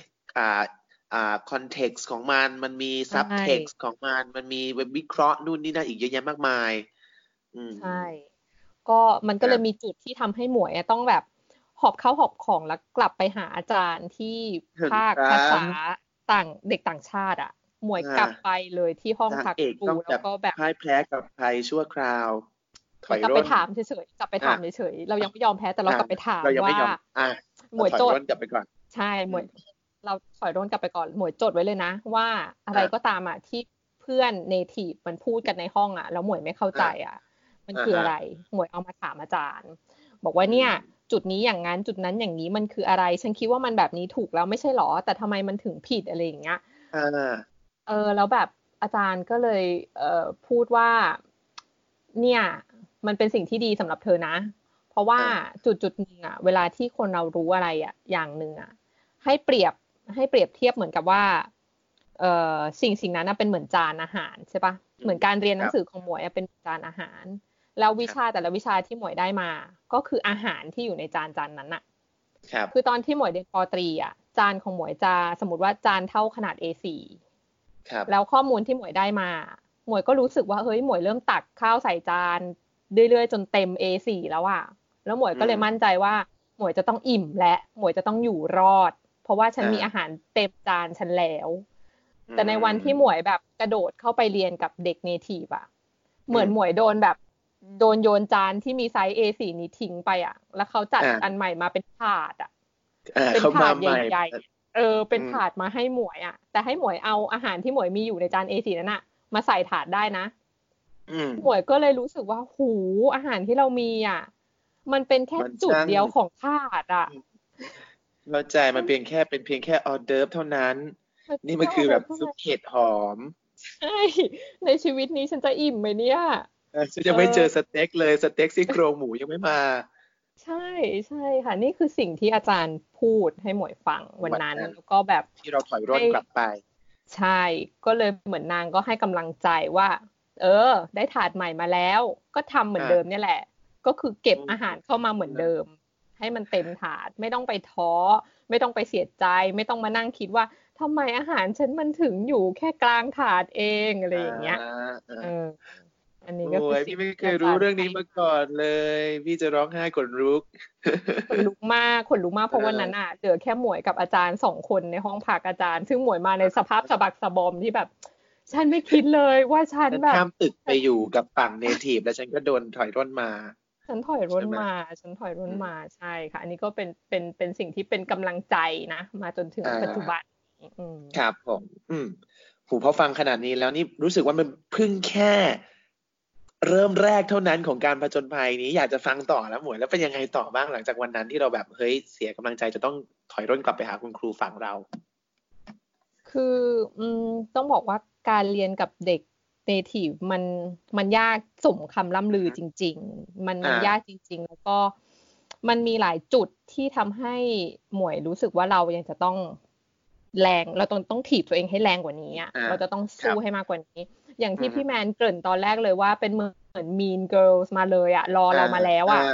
context ของมันมี subtext ของมันมีวิเคราะห์นู่นนี่นั่นอีกเยอะแยะมากมายใช่ก็มันก็เลยมีจุดที่ทำให้หมวยต้องแบบหอบเข้าหอบของแล้วกลับไปหาอาจารย์ที่ภาคภาษาเด็กต่างชาติอ่ะหมวยกลับไปเลยที่ห้องพักครูแล้วก็แบบพ่ายแพ้กับภัยชั่วคราวกลับไปถามเฉยๆเรายังไม่ยอมแพ้แต่เรากลับไปถามว่าหมวยจดกลับไปก่อนใช่หมวยเราถอยร่นกลับไปก่อนหมวยจดไว้เลยนะว่าอะไรก็ตามอ่ะที่เพื่อนเนทีฟมันพูดกันในห้องอ่ะแล้วหมวยไม่เข้าใจอ่ะมันคืออะไรหมวยเอามาถามอาจารย์บอกว่าเนี่ยจุดนี้อย่างนั้นจุดนั้นอย่างนี้มันคืออะไรฉันคิดว่ามันแบบนี้ถูกแล้วไม่ใช่หรอแต่ทำไมมันถึงผิดอะไรอย่างเงี้ยแล้วแบบอาจารย์ก็เลยพูดว่าเนี่ยมันเป็นสิ่งที่ดีสำหรับเธอนะเพราะว่าจุดนึงอ่ะเวลาที่คนเรารู้อะไรอ่ะอย่างนึงอ่ะให้เปรียบเทียบเหมือนกับว่าสิ่งนั้นเป็นเหมือนจานอาหารใช่ปะเหมือนการเรียนหนังสือของหมวยเป็นจานอาหารแล้ววิชาแต่ละวิชาที่หมวยได้มาก็คืออาหารที่อยู่ในจานนั้นน่ะคือตอนที่หมวยเรียนป.ตรีอ่ะจานของหมวยจะสมมติว่าจานเท่าขนาด A4 แล้วข้อมูลที่หมวยได้มาหมวยก็รู้สึกว่าเฮ้ยหมวยเริ่มตักข้าวใส่จานเรื่อยๆจนเต็ม A4 แล้วอ่ะแล้วหมวยก็เลยมั่นใจว่าหมวยจะต้องอิ่มและหมวยจะต้องอยู่รอดเพราะว่าฉันมีอาหารเต็มจานฉันแล้วแต่ในวันที่หมวยแบบกระโดดเข้าไปเรียนกับเด็กเนทีฟอ่ะเหมือนหมวยโดนโยนจานที่มีไซส์ A4 นี้ทิ้งไปอ่ะแล้วเขาจัดอันใหม่มาเป็นถาดอ่ะเป็นถาดใหญ่ๆเป็นถาดมาให้หมวยอ่ะแต่ให้หมวยเอาอาหารที่หมวยมีอยู่ในจาน A4 นั้นน่ะมาใส่ถาดได้นะหมวยก็เลยรู้สึกว่าหูอาหารที่เรามีอ่ะมันเป็นแค่จุดเดียวของถาดอ่ะเข้าใจมันเป็นเพียงแค่ออเดิร์ฟเท่านั้นนี่มันคือแบบซุปเห็ดหอมใช่ในชีวิตนี้ฉันจะอิ่มไหมเนี่ยฉันยังไม่เจอสเต็กเลยสเต็กซี่โครงหมูยังไม่มาใช่ใช่ค่ะนี่คือสิ่งที่อาจารย์พูดให้หมวยฟังวันนั้นแล้วก็แบบที่เราถอยร่นกลับไปใช่ก็เลยเหมือนนางก็ให้กำลังใจว่าได้ถาดใหม่มาแล้วก็ทำเหมือนเดิมเนี่ยแหละก็คือเก็บอาหารเข้ามาเหมือนเดิมให้มันเต็มถาดไม่ต้องไปท้อไม่ต้องไปเสียใจไม่ต้องมานั่งคิดว่าทำไมอาหารฉันมันถึงอยู่แค่กลางถาดเองอะไรอย่างเงี้ยอันนี้ก็คือพี่ไม่เคยรู้เรื่องนี้มาก่อนเลยพี่จะร้องไห้ขนลุกมากเพราะวันนั้นอ่ะเหลือแค่หมวยกับอาจารย์2 คนในห้องพักอาจารย์ซึ่งหมวยมาในสภาพสะบักสะบอมที่แบบฉันไม่คิดเลยว่าฉันแบบข้ามตึกไปอยู่กับฝั่งเนทีฟแล้วฉันก็โดนถอยร่นมาฉันถอยร่นมาใช่ค่ะอันนี้ก็เป็นสิ่งที่เป็นกำลังใจนะมาจนถึงปัจจุบันครับผมพอฟังขนาดนี้แล้วนี่รู้สึกว่ามันเพิ่งแค่เริ่มแรกเท่านั้นของการผจญภัยนี้อยากจะฟังต่อแล้วหมวยแล้วเป็นยังไงต่อบ้างหลังจากวันนั้นที่เราแบบเฮ้ยเสียกำลังใจจะต้องถอยร่นกลับไปหาคุณครูฝั่งเราคือต้องบอกว่าการเรียนกับเด็กเนทีฟมันยากสมคำล่ำลือจริงๆมันยากจริงๆแล้วก็มันมีหลายจุดที่ทำให้หมวยรู้สึกว่าเรายังจะต้องแรงเราต้องถีบตัวเองให้แรงกว่านี้อ่ะเราจะต้องสู้ให้มากกว่านี้อย่างที่พี่แมนเกริ่นตอนแรกเลยว่าเป็นเหมือน Mean Girls มาเลยอ่ะรอเรามาแล้วอ่ะ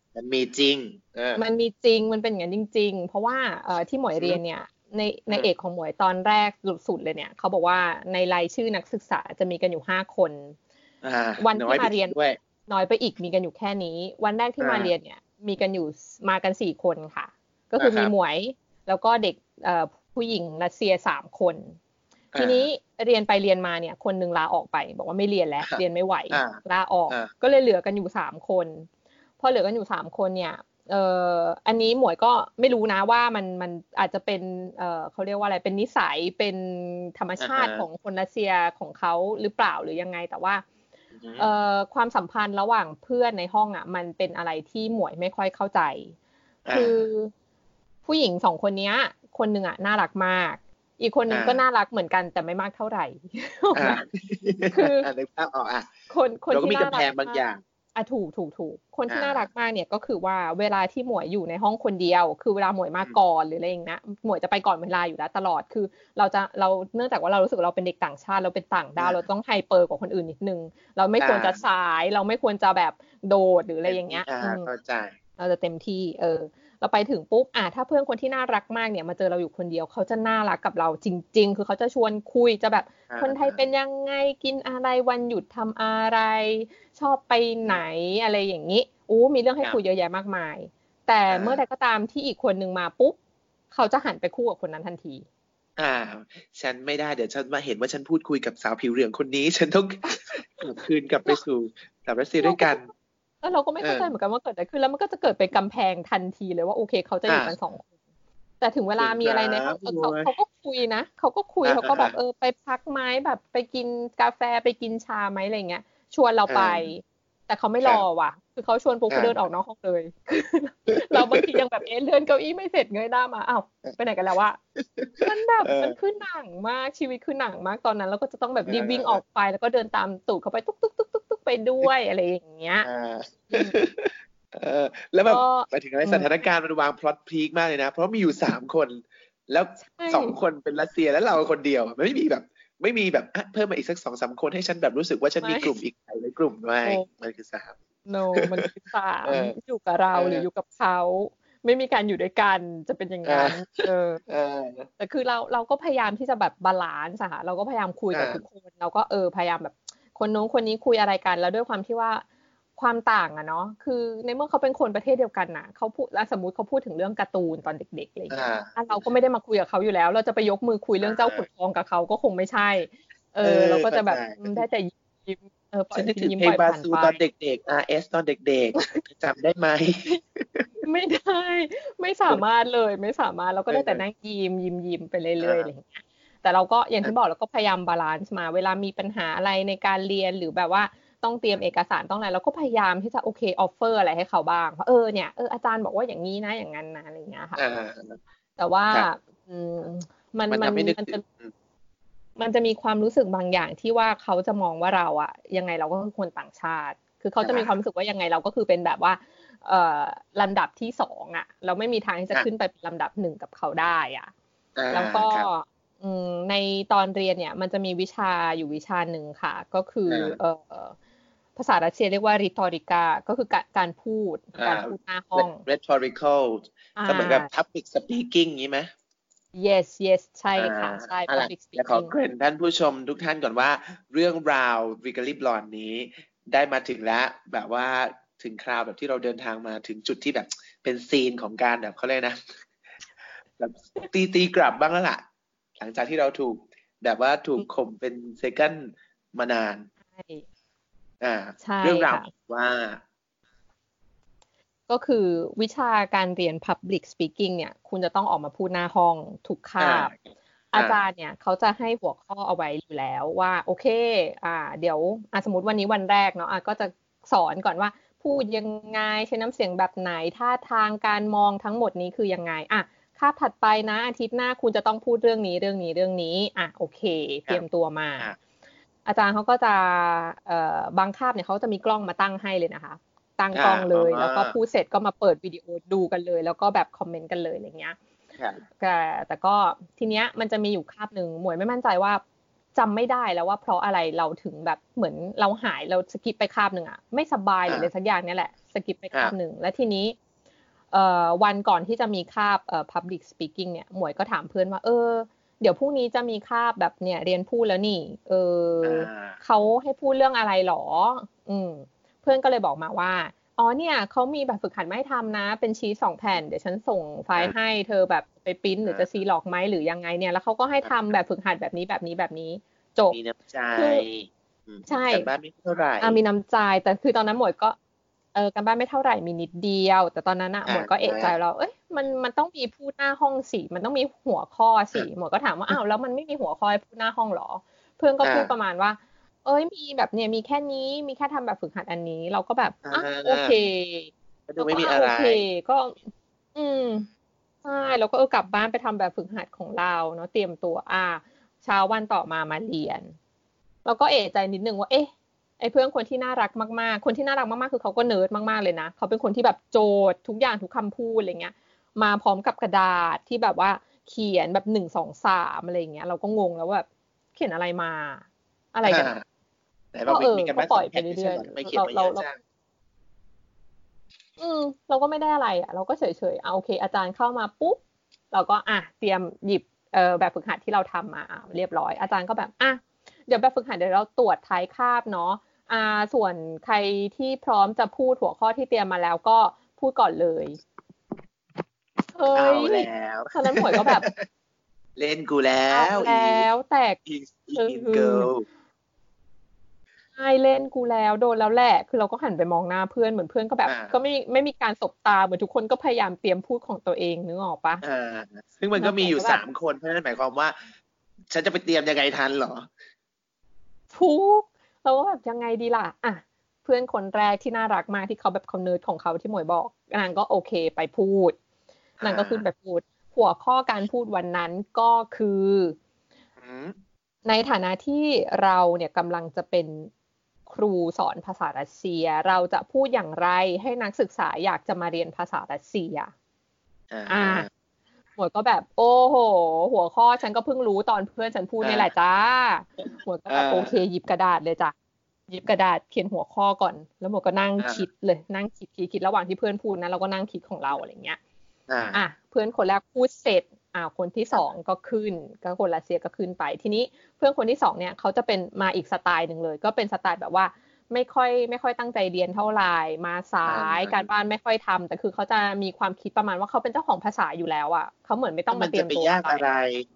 มันมีจริงมันมีจริงมันเป็นอย่างนั้นจริงๆเพราะว่าที่หมวยเรียนเนี่ยในเอกของหมวยตอนแรกสุดเลยเนี่ยเขาบอกว่าในรายชื่อนักศึกษาจะมีกันอยู่5 คนวันที่มาเรียนน้อยไปอีกมีกันอยู่แค่นี้วันแรกที่มาเรียนเนี่ยมากัน4 คนค่ะก็คือมีหมวยแล้วก็เด็กผู้หญิงรัสเซีย3 คนทีนี้เรียนไปเรียนมาเนี่ยคนนึงลาออกไปบอกว่าไม่เรียนแล้วเรียนไม่ไหวลาออกก็เลยเหลือกันอยู่3 คนพอเหลือกันอยู่3 คนเนี่ยอันนี้หมวยก็ไม่รู้นะว่ามันอาจจะเป็นเขาเรียกว่าอะไรเป็นนิสัยเป็นธรรมชาติของคนรัสเซียของเขาหรือเปล่าหรือยังไงแต่ว่าความสัมพันธ์ระหว่างเพื่อนในห้องอ่ะมันเป็นอะไรที่หมวยไม่ค่อยเข้าใจคือผู้หญิง2 คนนี้คนนึงอ่ะน่ารักมากอีกคนนึงก็น่ารักเหมือนกันแต่ไม่มากเท่าไหร่คือนึกภาพออกคนที่น่ารักบางอย่างถูกคนที่น่ารักมากเนี่ยก็คือว่าเวลาที่หมวยอยู่ในห้องคนเดียวคือเวลาหมวยมาก่อนหรืออะไรอย่างเงี้ยหมวยจะไปก่อนเวลาอยู่แล้วตลอดคือเราเนื่องจากว่าเรารู้สึกเราเป็นเด็กต่างชาติเราเป็นต่างดาวเราต้องไฮเปอร์กว่าคนอื่นนิดนึงเราไม่ควรจะสายเราไม่ควรจะแบบโดดหรืออะไรอย่างเงี้ยเข้าใจเราจะเต็มที่เราไปถึงปุ๊บถ้าเพื่อนคนที่น่ารักมากเนี่ยมาเจอเราอยู่คนเดียวเขาจะน่ารักกับเราจริงๆคือเขาจะชวนคุยจะแบบคนไทยเป็นยังไงกินอะไรวันหยุดทำอะไรชอบไปไหนอะไรอย่างนี้มีเรื่องให้คุยเยอะแยะมากมายแต่เมื่อใดก็ตามที่อีกคนนึงมาปุ๊บเขาจะหันไปคู่กับคนนั้นทันทีฉันไม่ได้เดี๋ยวฉันมาเห็นว่าฉันพูดคุยกับสาวผิวเหลืองคนนี้ฉันต้องคืนกลับไปสู่สาวรัสเซียด้วยกันเราก็ไม่เข้าใจเหมือนกันว่าเกิดอะไรขึ้นแล้วมันก็จะเกิดเป็นกำแพงทันทีเลยว่าโอเคเขาจะอยู่กัน2 คนแต่ถึงเวลามีอะไรในห้องเขาก็คุยนะเขาก็คุยเขาก็แบบไปพักไหมแบบไปกินกาแฟไปกินชาไหมอะไรเงี้ยชวนเราไปแต่เขาไม่รอว่ะคือเขาชวนปุ๊บเขาเดินออกนอกห้องเลยเราบางทียังแบบเลื่อนเก้าอี้ไม่เสร็จเงยหน้ามาอ้าวไปไหนกันแล้ววะมันแบบมันคือหนังมากชีวิตคือหนังมากตอนนั้นเราก็จะต้องแบบรีบวิ่งออกไปแล้วก็เดินตามตูดเขาไปตุ๊กๆๆๆไปด้วยอะไรอย่างเงี้ยแล้วแบบไปถึงในสถานการณ์มันวางพล็อตพีคมากเลยนะเพราะมีอยู่3 คนแล้ว2 คนเป็นรัสเซียแล้วเราคนเดียวไม่มีแบบเพิ่มมาอีกสัก 2-3 คนให้ฉันแบบรู้สึกว่าฉันมีกลุ่มอีกในกลุ่มด้วยมันคือ3 no มันคือ3อยู่กับเราหรืออยู่กับเขาไม่มีการอยู่ด้วยกันจะเป็นอย่างนั้นแต่คือเราก็พยายามที่จะแบบบาลานซ์ค่ะเราก็พยายามคุยกับทุกคนเราก็พยายามแบบคนโน้นคนนี้คุยอะไรกันแล้วด้วยความที่ว่าความต่างเนาะคือในเมื่อเขาเป็นคนประเทศเดียวกันน่ะเขาพูดแล้วสมมุติเขาพูดถึงเรื่องการ์ตูนตอนเด็กๆอะไรอย่างเงี้ยเราก็ไม่ได้มาคุยกับเขาอยู่แล้วเราจะไปยกมือคุยเรื่องเจ้าขุนทองกับเขาก็คงไม่ใช่เราก็จะแบบได้แต่ยิ้มฉันนึกถึงเพลงบาซูตอนเด็กๆ RS ตอนเด็กๆจำได้ไหมไม่ได้ไม่สามารถเลยไม่สามารถเราก็ได้แต่นั่งยิ้มไปเรื่อยๆอะไรอย่างเงี้ยแต่เราก็อย่างที่บอกเราก็พยายามบาลานซ์มาเวลามีปัญหาอะไรในการเรียนหรือแบบว่าต้องเตรียมเอกสารต้องอะไรเราก็พยายามที่จะโอเคออฟเฟอร์อะไรให้เขาบ้างเพราะเนี่ยอาจารย์บอกว่าอย่างนี้นะอย่างนั้นนะอะไรอย่างเงี้ยค่ะแต่ว่ามันจะมีความรู้สึกบางอย่างที่ว่าเขาจะมองว่าเรายังไงเราก็คือคนต่างชาติคือเขาจะมีความรู้สึกว่ายังไงเราก็คือเป็นแบบว่าลำดับที่2เราไม่มีทางที่จะขึ้นไปเป็นลำดับ1กับเขาได้แล้วก็ในตอนเรียนเนี่ยมันจะมีวิชาอยู่วิชาหนึ่งค่ะก็คือภาษารัสเซียเรียกว่า rhetorica ก็คือการพูดหน้าห้อง rhetorical ก็เหมือนกับ public speaking งี้ไหม yes ใช่ค่ะใช่ public speaking ขอเกริ่นท่านผู้ชมทุกท่านก่อนว่าเรื่องราว Legally Blonde นี้ได้มาถึงแล้วแบบว่าถึงคราวแบบที่เราเดินทางมาถึงจุดที่แบบเป็นซีนของการแบบเขาเรียกนะแบบตีกลับบ้างแล้วล่ะหลังจากที่เราถูกแบบว่าถูกข่มเป็นเซกันด์มานานเรื่องราวว่าก็คือวิชาการเรียน Public Speaking เนี่ยคุณจะต้องออกมาพูดหน้าห้องทุกคาบอาจารย์เนี่ยเขาจะให้หัวข้อเอาไว้อยู่แล้วว่าโอเคเดี๋ยวสมมติวันนี้วันแรกเนาะก็จะสอนก่อนว่าพูดยังไงใช้น้ำเสียงแบบไหนท่าทางการมองทั้งหมดนี้คือยังไงคาบถัดไปนะอาทิตย์หน้าคุณจะต้องพูดเรื่องนี้โอเคเตรียมตัวมาอาจารย์เขาก็จะบางคาบเนี่ยเขาจะมีกล้องมาตั้งให้เลยนะคะตั้งกล้องเลยแล้วก็พูดเสร็จก็มาเปิดวิดีโอดูกันเลยแล้วก็แบบคอมเมนต์กันเลยอะไรเงี้ยแต่ก็ทีเนี้ยมันจะมีอยู่คาบนึงหมวยไม่มั่นใจว่าจำไม่ได้แล้วว่าเพราะอะไรเราถึงแบบเหมือนเราหายเราสกิปไปคาบนึงอ่ะไม่สบายหรืออะไรสักอย่างนี่แหละสกิปไปคาบนึงแล้วทีนี้วันก่อนที่จะมีคาบpublic speaking เนี่ยหมวยก็ถามเพื่อนว่าเดี๋ยวพรุ่งนี้จะมีคาบแบบเนี่ยเรียนพูดแล้วนี่เขาให้พูดเรื่องอะไรหรอเพื่อนก็เลยบอกมาว่าอ๋อเนี่ยเขามีแบบฝึกหัดมาให้ทำนะเป็นชีท2แผ่นเดี๋ยวฉันส่งไฟล์ให้เธอแบบไปปริ้นหรือจะซีล็อกไหมหรือยังไงเนี่ยแล้วเขาก็ให้ทำแบบฝึกหัดแบบนี้จบมีน้ำใจใช่การบ้านไม่เท่าไหร่มีน้ำใจแต่คือตอนนั้นหมวยก็การบ้านไม่เท่าไหร่มีนิดเดียวแต่ตอนนั้นหมวยก็เอะใจแล้วมันต้องมีพูดหน้าห้องสิมันต้องมีหัวข้อสิหมวยก็ถามว่าอ้าวแล้วมันไม่มีหัวข้อให้พูดหน้าห้องหรอเพื่อนก็พูดประมาณว่ามีแบบเนี่ยมีแค่นี้มีแค่ทำแบบฝึกหัดอันนี้เราก็แบบโอเคก็ดูไม่มีอะไรโอเคก็ใช่แล้วก็กลับบ้านไปทำแบบฝึกหัดของเราเนาะเตรียมตัวเช้าวันต่อมาเรียนเราก็เอะใจนิดนึงว่าไอ้เพื่อนคนที่น่ารักมากๆคนที่น่ารักมากๆคือเขาก็เนิร์ดมากๆเลยนะเขาเป็นคนที่แบบโจทย์ทุกอย่างทุกคำพูดอะไรเงี้ยมาพร้อมกับกระดาษที่แบบว่าเขียนแบบ1 2 3อะไรเงี้ยเราก็งงแล้วว่าแบบเขียนอะไรมาอะไรกันก็ก็ปล่อยไปเรื่อยๆเราก็ไม่ได้อะไรเราก็เฉยๆโอเคอาจารย์เข้ามาปุ๊บเราก็เตรียมหยิบแบบฝึกหัดที่เราทำมาเรียบร้อยอาจารย์ก็แบบเดี๋ยวแบบฝึกหัดเดี๋ยวเราตรวจท้ายคาบเนาะส่วนใครที่พร้อมจะพูดหัวข้อที่เตรียมมาแล้วก็พูดก่อนเลยเฮ้ยแล้วตอนนั้นหมวยก็แบบเล่นกูแล้วแต่ใช่เล่นกูแล้วโดนแล้วแหละคือเราก็หันไปมองหน้าเพื่อนเหมือนเพื่อนก็แบบก็ไม่มีการสบตาเหมือนทุกคนก็พยายามเตรียมพูดของตัวเองนึกออกปะซึ่งมันก็มีอยู่3คนเพราะฉะนั้นหมายความว่าฉันจะไปเตรียมยังไงทันเหรอทุกเราก็แบบยังไงดีล่ะเพื่อนคนแรกที่น่ารักมากที่เขาแบบเขาเนิร์ดของเขาที่หมวยบอกนางก็โอเคไปพูดนางก็ขึ้นไปพูดหัวข้อการพูดวันนั้นก็คือในฐานะที่เราเนี่ยกำลังจะเป็นครูสอนภาษารัสเซียเราจะพูดอย่างไรให้นักศึกษาอยากจะมาเรียนภาษารัสเซียหมวยก็แบบโอ้โหหัวข้อฉันก็เพิ่งรู้ตอนเพื่อนฉันพูดนี่แหละจ้าหมวยก็แบบโอเคหยิบกระดาษเลยจ้ะหยิบกระดาษเขียนหัวข้อก่อนแล้วหมวยก็นั่งคิดเลยนั่งคิดระหว่างที่เพื่อนพูดนะเราก็นั่งคิดของเราอะไรเงี้ยเพื่อนคนแรกพูดเสร็จคนที่2ก็ขึ้นก็คนรัสเซียก็ขึ้นไปทีนี้เพื่อนคนที่2เนี่ยเขาจะเป็นมาอีกสไตล์นึงเลยก็เป็นสไตล์แบบว่าไม่ค่อยตั้งใจเรียนเท่าไหร่มาสายการบ้านไม่ค่อยทำแต่คือเขาจะมีความคิดประมาณว่าเขาเป็นเจ้าของภาษาอยู่แล้วเขาเหมือนไม่ต้องมาเตรียมตัวอะไร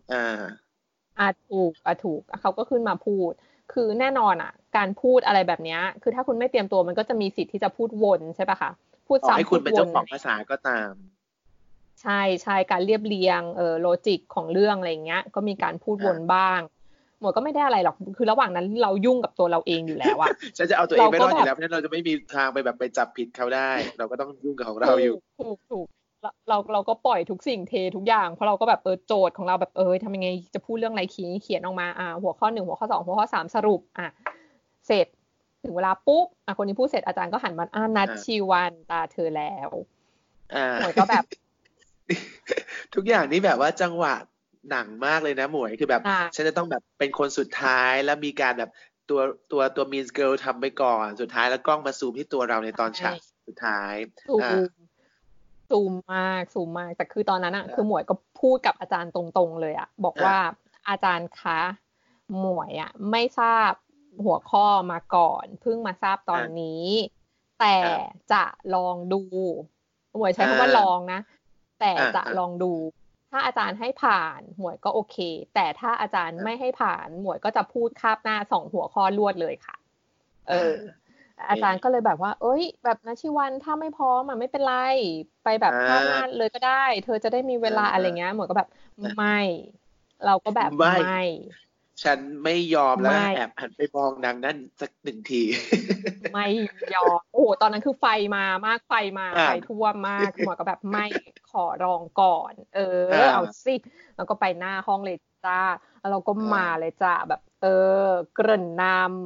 ถูกเขาก็ขึ้นมาพูดคือแน่นอนการพูดอะไรแบบนี้คือถ้าคุณไม่เตรียมตัวมันก็จะมีสิทธิ์ที่จะพูดวนใช่ป่ะคะพูดซ้ำให้คุณเป็นเจ้าของภาษาก็ตามใช่การเรียบเรียงโลจิกของเรื่องอะไรเงี้ยก็มีการพูดวนบ้างหมดก็ไม่ได้อะไรหรอกคือระหว่างนั้นเรายุ่งกับตัวเราเองอยู่แล้วฉันจะเอาตัวเองไม่รอดอยู่แล้วเพราะฉะนั้นเราจะไม่มีทางไปแบบไปจับผิดเขาได้เราก็ต้องยุ่งกับของเราอยู่ถูกเราก็ปล่อยทุกสิ่งเททุกอย่างเพราะเราก็แบบโจทย์ของเราแบบทำยังไงจะพูดเรื่องอะไรเขียนออกมาหัวข้อ1หัวข้อ2หัวข้อ3สรุปเสร็จถึงเวลาปุ๊บคนนี้พูดเสร็จอาจารย์ก็หันมานัดชีวันตาเธอแล้วหมวยก็แบบทุกอย่างนี่แบบว่าจังหวะหนังมากเลยนะหมวยคือแบบฉันจะต้องแบบเป็นคนสุดท้ายแล้วมีการแบบตัว Mean Girl ทำไปก่อนสุดท้ายแล้วกล้องมาซูมที่ตัวเราในตอนฉากสุดท้ายซูมมากแต่คือตอนนั้นคือหมวยก็พูดกับอาจารย์ตรงๆเลยบอกว่าอาจารย์คะหมวยไม่ทราบหัวข้อมาก่อนเพิ่งมาทราบตอนนี้แต่จะลองดูหมวยใช้คำว่าลองนะแต่จะลองดูถ้าอาจารย์ให้ผ่านหมวยก็โอเคแต่ถ้าอาจารย์ไม่ให้ผ่านหมวยก็จะพูดคาบหน้า2หัวข้อรวดเลยค่ะอาจารย์ก็เลยแบบว่าแบบณชีวันถ้าไม่พร้อมไม่เป็นไรไปแบบคาบหน้าเลยก็ได้เธอจะได้มีเวลาอะไรเงี้ยหมวยก็แบบไม่เราก็แบบไม่ฉันไม่ยอมแล้วแอบหันไปมองนางนั่นสัก1ทีไม่ยอมโอ้ตอนนั้นคือไฟมากไฟท่วมมากหมวยก็แบบไม่ขอลองก่อนเอาสิแล้วก็ไปหน้าห้องเลยจ้าแล้วเราก็มาเลยจ้าแบบเกริ่น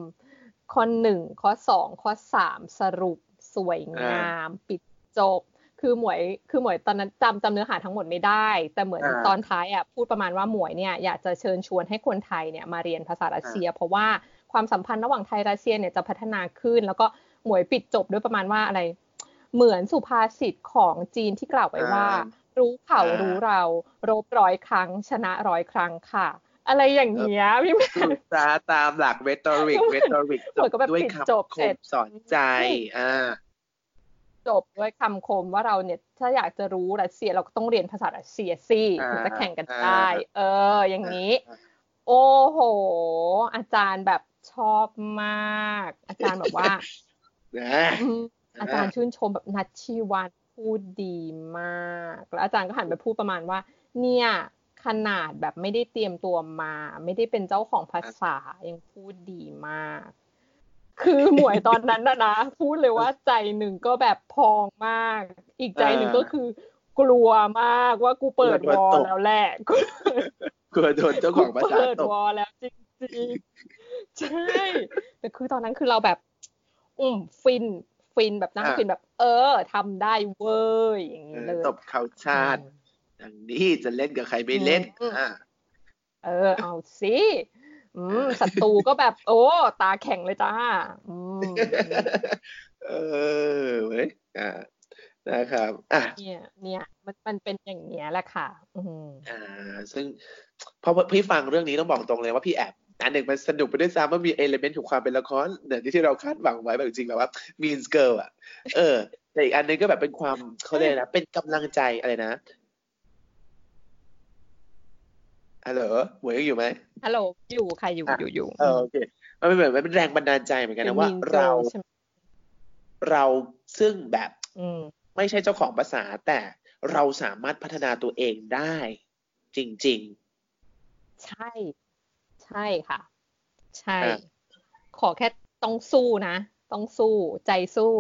นำข้อ1ข้อ2ข้อ3สรุปสวยงามปิดจบคือหมวยตอนนั้นจำเนื้อหาทั้งหมดไม่ได้แต่เหมือนตอนท้ายอ่ะพูดประมาณว่าหมวยเนี่ยอยากจะเชิญชวนให้คนไทยเนี่ยมาเรียนภาษารัสเซียเพราะว่าความสัมพันธ์ระหว่างไทยรัสเซียเนี่ยจะพัฒนาขึ้นแล้วก็หมวยปิดจบด้วยประมาณว่าอะไรเหมือนสุภาษิตของจีนที่กล่าวไว้ว่ารู้เขารู้เรารบ100 ครั้งชนะ100 ครั้งค่ะอะไรอย่างเงี้ยพี่แม่ตามหลักเรตอริกจบด้วยคำคมสอนใจจบด้วยคำคมว่าเราเนี่ยถ้าอยากจะรู้รัสเซียเราก็ต้องเรียนภาษารัสเซียสิถึงจะแข่งกันได้อย่างนี้โอ้โหอาจารย์แบบชอบมากอาจารย์แบบว่าอาจารย์ชื่นชมแบบนัชชีวันพูดดีมากแล้วอาจารย์ก็หันไปพูดประมาณว่าเนี่ยขนาดแบบไม่ได้เตรียมตัวมาไม่ได้เป็นเจ้าของภาษายังพูดดีมากคือหมวยตอนนั้นนะพูดเลยว่าใจหนึ่งก็แบบพองมากอีกใจหนึ่งก็คือกลัวมากว่ากูเปิดวอลแล้วแหละกลัวโดนเจ้าของภาษาเปิดวอลแล้วจริงๆใช่แต่คือตอนนั้นคือเราแบบฟินแบบนั่งฟินแบบทำได้เว้ยอย่างนี้เลยตบเข่าชาติอย่างนี้จะเล่นกับใครไม่เล่นเอาสิศัตรูก็แบบโอ้ตาแข็งเลยจ้าเว้ยนะครับเนี่ยมันเป็นอย่างเงี้ยแหละค่ะซึ่งพอพี่ฟังเรื่องนี้ต้องบอกตรงเลยว่าพี่แอบอันหนึ่งมันสนุกไปด้วยซ้ำว่ามีเอลิเมนต์ของความเป็นละครเนี่ยที่เราคาดหวังไว้แบบจริงแบบว่า Mean Girl อ่ะแต่อีกอันนึงก็แบบเป็นความเขาเรียกนะเป็นกำลังใจอะไรนะฮัลโหลหมวยยังอยู่ไหมฮัลโหลอยู่ใครอยู่โอเคมันเป็นเหมือนเป็นแรงบันดาลใจเหมือนกันนะว่าเราซึ่งแบบไม่ใช่เจ้าของภาษาแต่เราสามารถพัฒนาตัวเองได้จริงๆใช่ค่ะใช่ขอแค่ต้องสู้นะต้องสู้ใจสู้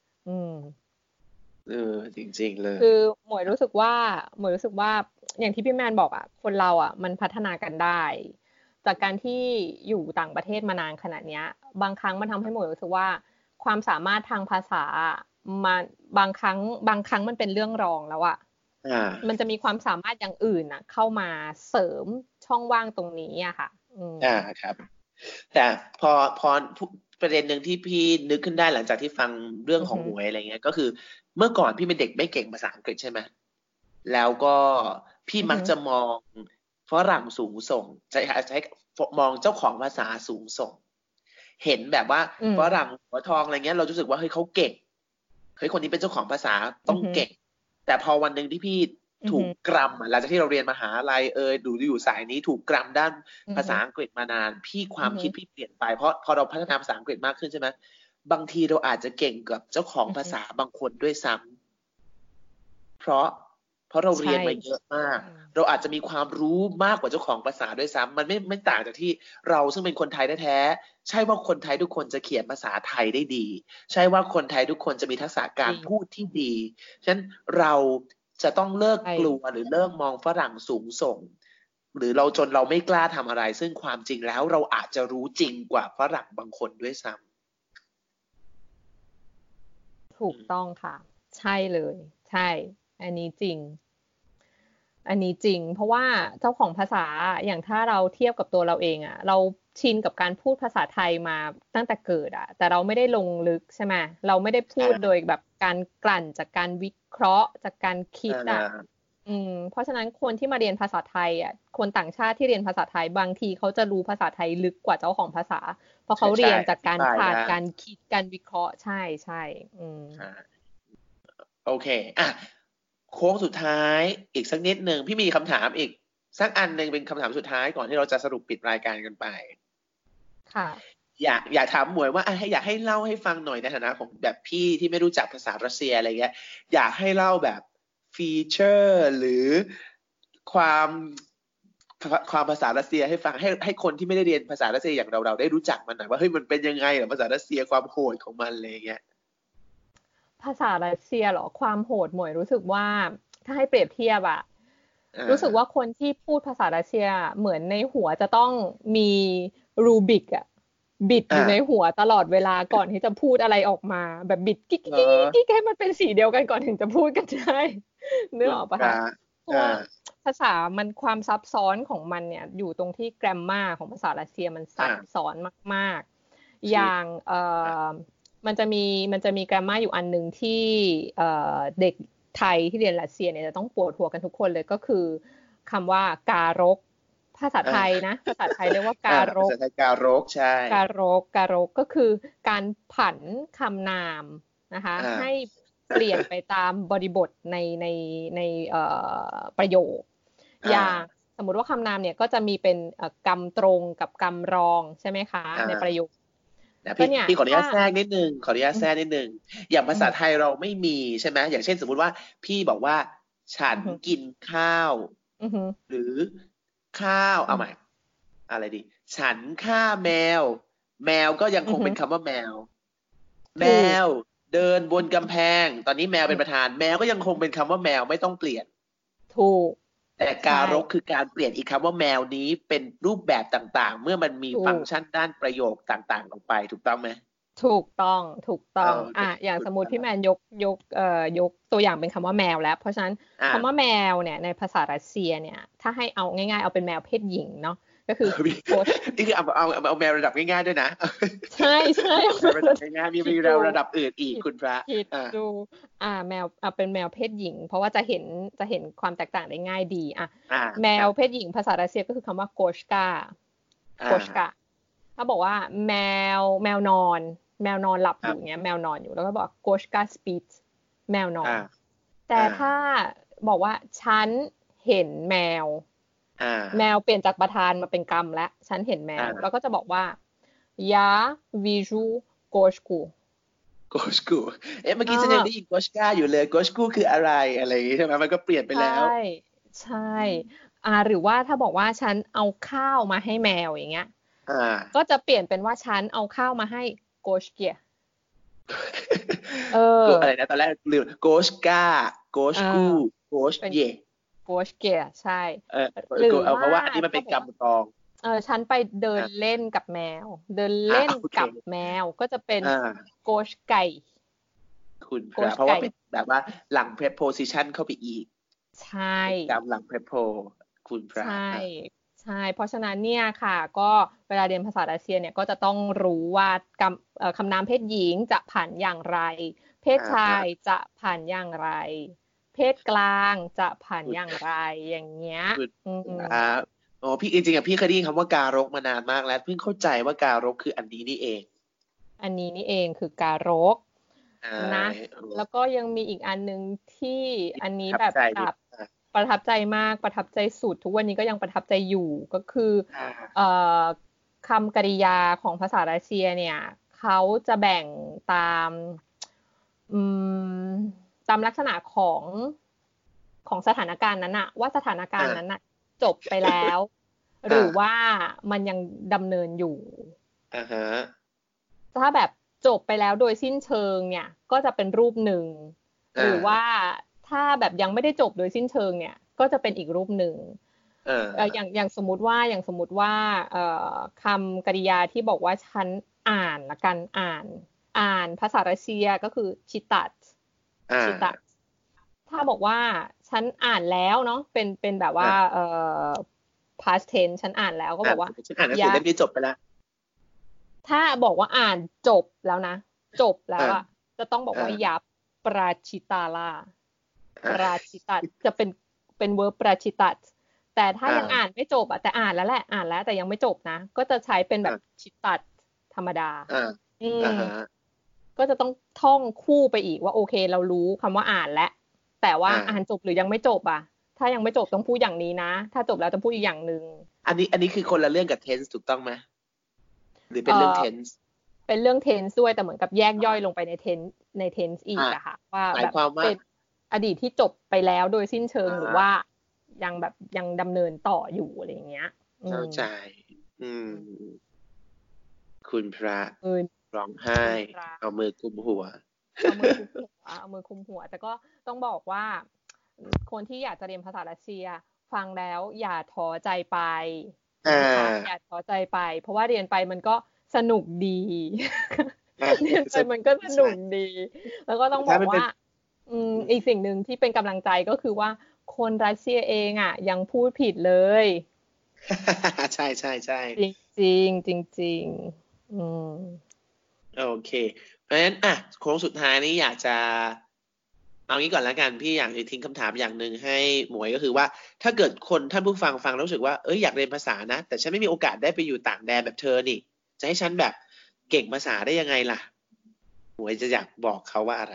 จริงๆเลยคือหมวยรู้สึกว่าอย่างที่พี่แมนบอกอ่ะคนเราอ่ะมันพัฒนากันได้จากการที่อยู่ต่างประเทศมานานขนาดเนี้ยบางครั้งมันทำให้หมวยรู้สึกว่าความสามารถทางภาษามันบางครั้งมันเป็นเรื่องรองแล้วอ่ะมันจะมีความสามารถอย่างอื่นอ่ะเข้ามาเสริมช่องว่างตรงนี้อ่ะค่ะครับแต่พอประเด็นหนึ่งที่พี่นึกขึ้นได้หลังจากที่ฟังเรื่องของหมวยอะไรเงี้ยก็คือเมื่อก่อนพี่เป็นเด็กไม่เก่งภาษาอังกฤษใช่ไหมแล้วก็พี่มักจะมองฝรั่งสูงส่งใช้มองเจ้าของภาษาสูงส่งเห็นแบบว่าฝรั่งหัวทองอะไรเงี้ยเรารู้สึกว่าเฮ้ยเขาเก่งเฮ้ยคนนี้เป็นเจ้าของภาษาต้องเก่งแต่พอวันหนึ่งที่พี่ถูกกรัมหลังจากที่เราเรียนมหาลัยดูอยู่สายนี้ถูกกรัมด้านภาษาอังกฤษมานานพี่ความคิดพี่เปลี่ยนไปเพราะพอเราพัฒนาภาษาอังกฤษมากขึ้นใช่ไหมบางทีเราอาจจะเก่งกับเจ้าของภาษาบางคนด้วยซ้ำเพราะเราเรียนมาเยอะมากเราอาจจะมีความรู้มากกว่าเจ้าของภาษาด้วยซ้ำมันไม่ต่างจากที่เราซึ่งเป็นคนไทยแท้ๆใช่ว่าคนไทยทุกคนจะเขียนภาษาไทยได้ดีใช่ว่าคนไทยทุกคนจะมีทักษะการพูดที่ดีฉะนั้นเราจะต้องเลิกกลัวหรือเลิกมองฝรั่งสูงส่งหรือเราจนเราไม่กล้าทำอะไรซึ่งความจริงแล้วเราอาจจะรู้จริงกว่าฝรั่งบางคนด้วยซ้ำถูกต้องค่ะใช่เลยใช่อันนี้จริงเพราะว่าเจ้าของภาษาอย่างถ้าเราเทียบกับตัวเราเองอ่ะเราชินกับการพูดภาษาไทยมาตั้งแต่เกิดอ่ะแต่เราไม่ได้ลงลึกใช่ไหมเราไม่ได้พูดโดยแบบการกลั่นจากการวิเคราะห์จากการคิดอ่ะเพราะฉะนั้นคนที่มาเรียนภาษาไทยอ่ะคนต่างชาติที่เรียนภาษาไทยบางทีเขาจะรู้ภาษาไทยลึกกว่าเจ้าของภาษาเพราะเขาเรียนจากการผ่านการคิดการวิเคราะห์ใช่โอเคอ่ะโค้งสุดท้ายอีกสักนิดนึงพี่มีคำถามอีกสักอันนึงเป็นคำถามสุดท้ายก่อนที่เราจะสรุปปิดรายการกันไปค่ะอยากถามหมวยว่าอยากให้เล่าให้ฟังหน่อยในฐานะของแบบพี่ที่ไม่รู้จักภาษารัสเซียอะไรเงี้ยอยากให้เล่าแบบฟีเจอร์หรือความภาษารัสเซียให้ฟังให้คนที่ไม่ได้เรียนภาษารัสเซียอย่างเราได้รู้จักมันหน่อยว่าเฮ้ยมันเป็นยังไงเหรอภาษารัสเซียความโหดของมันอะไรเงี้ยภาษารัสเซียเหรอความโหดหมวยรู้สึกว่าถ้าให้เปรียบเทียบอะรู้สึกว่าคนที่พูดภาษารัสเซียเหมือนในหัวจะต้องมีรูบิกอะบิดอยู่ในหัวตลอดเวลาก่อนที่จะพูดอะไรออกมาแบบบิดกิ๊กกิ๊กกิ๊กให้มันเป็นสีเดียวกันก่อนถึงจะพูดกันได้นึกออกปะคะเพราะว่าภาษามันความซับซ้อนของมันเนี่ยอยู่ตรงที่แกรมมาของภาษารัสเซียมันซับซ้อนมากๆอย่างมันจะมีแกรมมาอยู่อันนึงที่เด็กไทยที่เรียนรัสเซียเนี่ยจะต้องปวดหัวกันทุกคนเลยก็คือคำว่าการกภาษาไทยนะภาษาไทยเรียกว่าการกภาษาไทยการกใช่การกก็คือการผันคำนามนะคะให้เปลี่ยนไปตามบริบทในประโยคอย่างสมมุติว่าคำนามเนี่ยก็จะมีเป็นกรรมตรงกับกรรมรองใช่ไหมคะในประโยคพี่ขออนุญาตแทรกนิดนึงอย่างภาษาไทยเราไม่มีใช่ไหมอย่างเช่นสมมุติว่าพี่บอกว่าฉันกินข้าวหรือข้าวเอาใหม่อะไรดีฉันฆ่าแมวก็ยังคงเป็นคำว่าแมวเดินบนกำแพงตอนนี้แมวเป็นประธานแมวก็ยังคงเป็นคำว่าแมวไม่ต้องเปลี่ยนถูกแต่การกคือการเปลี่ยนอีกคำว่าแมวนี้เป็นรูปแบบต่างๆเมื่อมันมีฟังก์ชันด้านประโยคต่างๆลงไปถูกต้องไหมถูกต้องอย่างสมมุติพี่แมนยกตัวอย่างเป็นคำว่าแมวแล้วเพราะฉะนั้นคำว่าแมวเนี่ยในภาษารัสเซียเนี่ยถ้าให้เอาง่ายๆเอาเป็นแมวเพศหญิงเนาะก็คือนี่คือเอาแมวระดับง่ายๆด้วยนะใช่ระดับง่ายๆมีระดับอื่นอีกคุณพระดูแมวเป็นแมวเพศหญิงเพราะว่าจะเห็นความแตกต่างได้ง่ายดีแมวเพศหญิงภาษารัสเซียก็คือคำว่าโกชกาถ้าบอกว่าแมวนอนหลับอยู่เงี้ยแมวนอนอยู่แล้วก็บอกโกชกาสปีดแมวนอนแต่ถ้าบอกว่าฉันเห็นแมวเปลี่ยนจากประธานมาเป็นกรรมแล้วฉันเห็นแมวแล้วก็จะบอกว่า я вижу кошку เมื่อกี้ฉันยังได้ยินโกชกาอยู่เลยโกชกูคืออะไรอย่างงี้ใช่ไหมมันก็เปลี่ยนไปแล้วใช่หรือว่าถ้าบอกว่าฉันเอาข้าวมาให้แมวอย่างเงี้ยก็จะเปลี่ยนเป็นว่าฉันเอาข้าวมาให้โกชเกียอะไรนะตอนแรกลืมโกชกาโกชกูโกชเยโกชเกียใช่หรือเพราะว่าอันนี้มันเป็นกรรมกองฉันไปเดินเล่นกับแมวเดินเล่นกับแมวก็จะเป็นโกชไก่คุณเพราะว่าเป็นแบบว่าหลัง preposition เข้าไปอีกใช่กรรมหลัง prepo คุณพระใช่เพราะฉะนั้นเนี่ยค่ะก็เวลาเรียนภาษารัสเซียเนี่ยก็จะต้องรู้ว่าคำนามเพศหญิงจะผันอย่างไรเพศชายจะผันอย่างไรเพศกลางจะผันอย่างไรอย่างเงี้ยพี่จริงๆพี่เคยได้ยินคำว่าการกมานานมากแล้วเพิ่งเข้าใจว่าการกคืออันนี้นี่เองคือการกนะแล้วก็ยังมีอีกอันนึงที่อันนี้แบบประทับใจมากประทับใจสุดทุกวันนี้ก็ยังประทับใจอยู่ก็คือคำกริยาของภาษารัสเซียเนี่ยเขาจะแบ่งตามลักษณะของสถานการณ์นั้นอะว่าสถานการณ์นั้นอะจบไปแล้วหรือว่ามันยังดำเนินอยู่ถ้าแบบจบไปแล้วโดยสิ้นเชิงเนี่ยก็จะเป็นรูปหนึ่งหรือว่าถ้าแบบยังไม่ได้จบโดยสิ้นเชิงเนี่ยก็จะเป็นอีกรูปหนึ่งอย่างสมมุติว่าคำกริยาที่บอกว่าฉันอ่านละกันอ่านภาษารัสเซียก็คือชิตัตถ้าบอกว่าฉันอ่านแล้วเนาะเป็นแบบว่าpast tense ฉันอ่านแล้วก็บอกว่าฉันอ่านหนังสือเล่มนี้จบไปแล้วถ้าบอกว่าอ่านจบแล้วนะจบแล้วอ่ะจะต้องบอกว่ายับปราชิตาลาปราชิตัดจะเป็น verb ปราชิตัดแต่ถ้ายังอ่านไม่จบอ่ะแต่อ่านแล้วแหละอ่านแล้วแต่ยังไม่จบนะก็จะใช้เป็นแบบชิตัดธรรมดาก็จะต้องท่องคู่ไปอีกว่าโอเคเรารู้คำว่าอ่านแล้วแต่ว่าอ่านจบหรือยังไม่จบอ่ะถ้ายังไม่จบต้องพูดอย่างนี้นะถ้าจบแล้วต้องพูดอีกอย่างนึงอันนี้คือคนละเรื่องกับ tense ถูกต้องไหมหรือเป็นเรื่อง tense เป็นเรื่อง tense ด้วยแต่เหมือนกับแยกย่อยลงไปใน tense อีกอะค่ะว่าแบบเป็นอดีตที่จบไปแล้วโดยสิ้นเชิงหรือว่ายังดำเนินต่ออยู่อะไรอย่างเงี้ยเข้าใจคุณพระร้องไห้เอามือกุมหัวเอามือคุมหัวแต่ก็ต้องบอกว่าคนที่อยากจะเรียนภาษารัสเซียฟังแล้วอย่าท้อใจไปนะคะอย่าท้อใจไปเพราะว่าเรียนไปมันก็สนุกดีเรียนไปมันก็สนุกดี แล้วก็ต้องบอกว่าอีกสิ่งหนึ่งที่เป็นกำลังใจก็คือว่าคนรัสเซียเองอ่ะยังพูดผิดเลยใช่ใช่ใช่จริงจริงจริงโอเคเพราะฉะนั้นอ่ะโค้งสุดท้ายนี้อยากจะเอางี้ก่อนแล้วกันพี่อยากจะทิ้งคำถามอย่างหนึ่งให้หมวยก็คือว่าถ้าเกิดคนท่านผู้ฟังแล้วรู้สึกว่าอยากเรียนภาษานะแต่ฉันไม่มีโอกาสได้ไปอยู่ต่างแดนแบบเธอนี่จะให้ฉันแบบเก่งภาษาได้ยังไงล่ะหมวยจะอยากบอกเขาว่าอะไร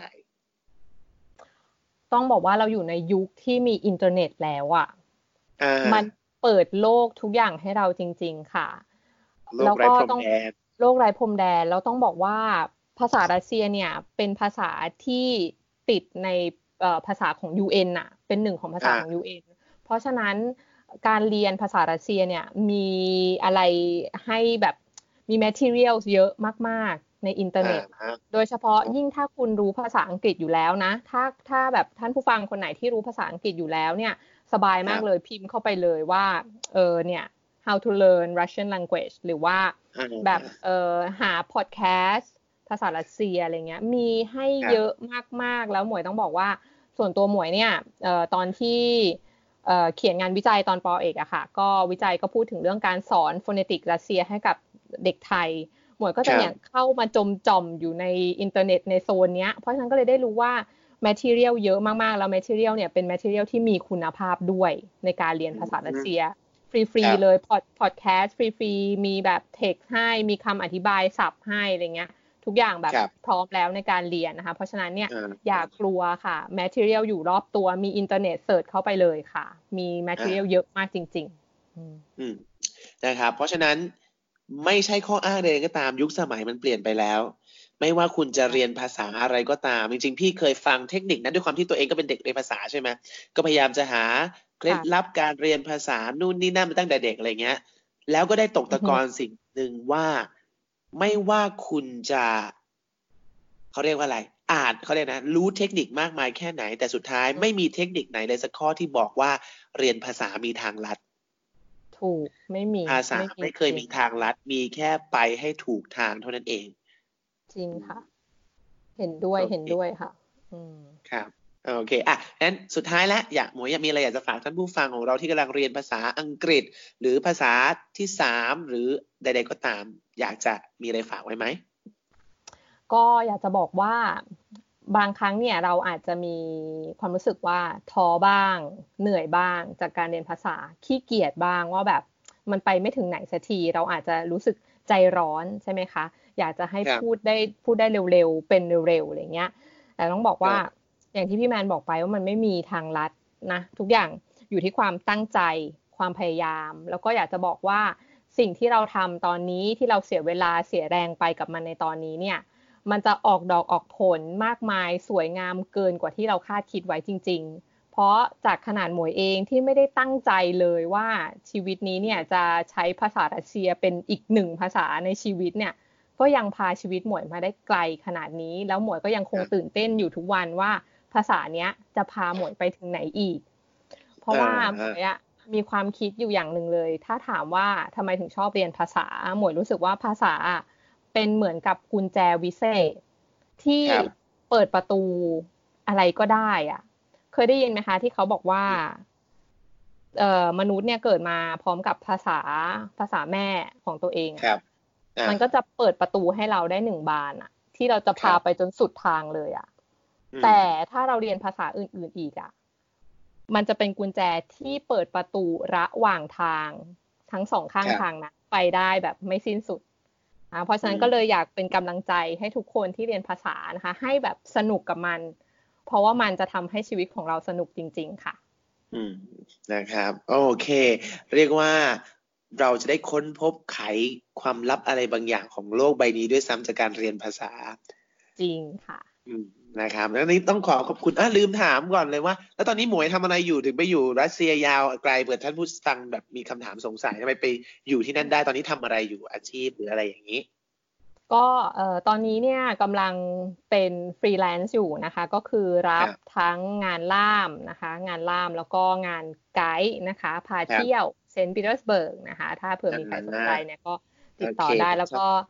ต้องบอกว่าเราอยู่ในยุคที่มีอินเทอร์เน็ตแล้วอ่ะมันเปิดโลกทุกอย่างให้เราจริงๆค่ะแล้วก็ต้องโลกไร้พรมแดนแล้วต้องบอกว่าภาษารัสเซียเนี่ยเป็นภาษาที่ติดในภาษาของ UN น่ะเป็นหนึ่งของภาษาของ UN เพราะฉะนั้นการเรียนภาษารัสเซียเนี่ยมีอะไรให้แบบมี materials เยอะมากๆในอินเทอร์เน็ตโดยเฉพาะยิ่งถ้าคุณรู้ภาษาอังกฤษอยู่แล้วนะถ้าแบบท่านผู้ฟังคนไหนที่รู้ภาษาอังกฤษอยู่แล้วเนี่ยสบายมากเลยพิมพ์เข้าไปเลยว่าเนี่ย how to learn Russian language หรือว่าแบบหา podcast ภาษารัสเซียอะไรเงี้ยมีให้เยอะมากๆแล้วหมวยต้องบอกว่าส่วนตัวหมวยเนี่ยตอนที่เขียนงานวิจัยตอนป.เอกอะค่ะก็วิจัยก็พูดถึงเรื่องการสอนโฟเนติกรัสเซียให้กับเด็กไทยหมวยก็จะเนี่ยเข้ามาจมจ่อมอยู่ในอินเทอร์เน็ตในโซนเนี้ยเพราะฉะนั้นก็เลยได้รู้ว่า material เยอะมากๆแล้ว material เนี่ยเป็น material ที่มีคุณภาพด้วยในการเรียนภาษารัสเซียฟรีๆเลยพอดแคสต์ฟรีๆมีแบบเทคให้มีคำอธิบายศัพท์ให้อะไรเงี้ยทุกอย่างแบบพร้อมแล้วในการเรียนนะคะเพราะฉะนั้นเนี่ยอย่ากลัวค่ะ material อยู่รอบตัวมีอินเทอร์เน็ตเสิร์ชเข้าไปเลยค่ะมี material เยอะมากจริงๆนะครับเพราะฉะนั้นไม่ใช่ข้ออ้างใดก็ตามยุคสมัยมันเปลี่ยนไปแล้วไม่ว่าคุณจะเรียนภาษาอะไรก็ตามจริงๆพี่เคยฟังเทคนิคนั้นด้วยความที่ตัวเองก็เป็นเด็กเรียนภาษาใช่ไหมก็พยายามจะหาเคล็ดลับการเรียนภาษานู่นนี่นั่นมาตั้งแต่เด็กอะไรเงี้ยแล้วก็ได้ตกตะกอนสิ่งหนึ่งว่าไม่ว่าคุณจะเขาเรียกว่าอะไรเขาเรียกนะรู้เทคนิคมากมายแค่ไหนแต่สุดท้ายไม่มีเทคนิคไหนเลยสักข้อที่บอกว่าเรียนภาษามีทางลัดถูกไม่มีภาษาไม่เคยมีทางลัดมีแค่ไปให้ถูกทางเท่านั้นเองจริงค่ะเห็นด้วยค่ะครับโอเคงั้นสุดท้ายแล้วหมวยมีอะไรอยากจะฝากท่านผู้ฟังของเราที่กำลังเรียนภาษาอังกฤษหรือภาษาที่3หรือใดๆก็ตามอยากจะมีอะไรฝากไว้ไหมก็อยากจะบอกว่าบางครั้งเนี่ยเราอาจจะมีความรู้สึกว่าท้อบ้างเหนื่อยบ้างจากการเรียนภาษาขี้เกียจบ้างว่าแบบมันไปไม่ถึงไหนสักทีเราอาจจะรู้สึกใจร้อนใช่ไหมคะอยากจะให้พูดได้เร็วๆเป็นเร็วๆอะไรเงี้ยแต่ต้องบอกว่าอย่างที่พี่แมนบอกไปว่ามันไม่มีทางลัดนะทุกอย่างอยู่ที่ความตั้งใจความพยายามแล้วก็อยากจะบอกว่าสิ่งที่เราทำตอนนี้ที่เราเสียเวลาเสียแรงไปกับมันในตอนนี้เนี่ยมันจะออกดอกออกผลมากมายสวยงามเกินกว่าที่เราคาดคิดไว้จริงๆเพราะจากขนาดหมวยเองที่ไม่ได้ตั้งใจเลยว่าชีวิตนี้เนี่ยจะใช้ภาษารัสเซียเป็นอีกหนึ่งภาษาในชีวิตเนี่ยก็ยังพาชีวิตหมวยมาได้ไกลขนาดนี้แล้วหมวยก็ยังคงตื่นเต้นอยู่ทุกวันว่าภาษาเนี้ยจะพาหมวยไปถึงไหนอีกเพราะว่าหมวยอะมีความคิดอยู่อย่างหนึ่งเลยถ้าถามว่าทำไมถึงชอบเรียนภาษาหมวยรู้สึกว่าภาษาเป็นเหมือนกับกุญแจวิเศษที่เปิดประตูอะไรก็ได้อ่ะเคยได้ยินไหมคะที่เขาบอกว่ามนุษย์เนี่ยเกิดมาพร้อมกับภาษาแม่ของตัวเองมันก็จะเปิดประตูให้เราได้1 บานอ่ะที่เราจะพาไปจนสุดทางเลยอ่ะแต่ถ้าเราเรียนภาษาอื่นๆอีกอ่ะมันจะเป็นกุญแจที่เปิดประตูระหว่างทางทั้ง2ข้างทางนะไปได้แบบไม่สิ้นสุดเพราะฉะนั้นก็เลยอยากเป็นกำลังใจให้ทุกคนที่เรียนภาษานะคะให้แบบสนุกกับมันเพราะว่ามันจะทำให้ชีวิตของเราสนุกจริงๆค่ะนะครับโอเคเรียกว่าเราจะได้ค้นพบไขความลับอะไรบางอย่างของโลกใบนี้ด้วยซ้ำจากการเรียนภาษาจริงค่ะนะครับแล้วนี้ต้องขอบคุณลืมถามก่อนเลยว่าแล้วตอนนี้หมวยทำอะไรอยู่ถึงไปอยู่รัสเซียยาวไกลเผื่อท่านผู้ฟังแบบมีคำถามสงสัยทำไมไปอยู่ที่นั่นได้ตอนนี้ทำอะไรอยู่อาชีพหรืออะไรอย่างนี้ก็ตอนนี้เนี่ยกำลังเป็นฟรีแลนซ์อยู่นะคะก็คือรับทั้งงานล่ามนะคะงานล่ามแล้วก็งานไกด์นะคะพาเที่ยวเซนต์ปีเตอร์สเบิร์กนะคะถ้าเผื่อมีใครสนใจเนี่ยก็ติดต่อได้แล้วก็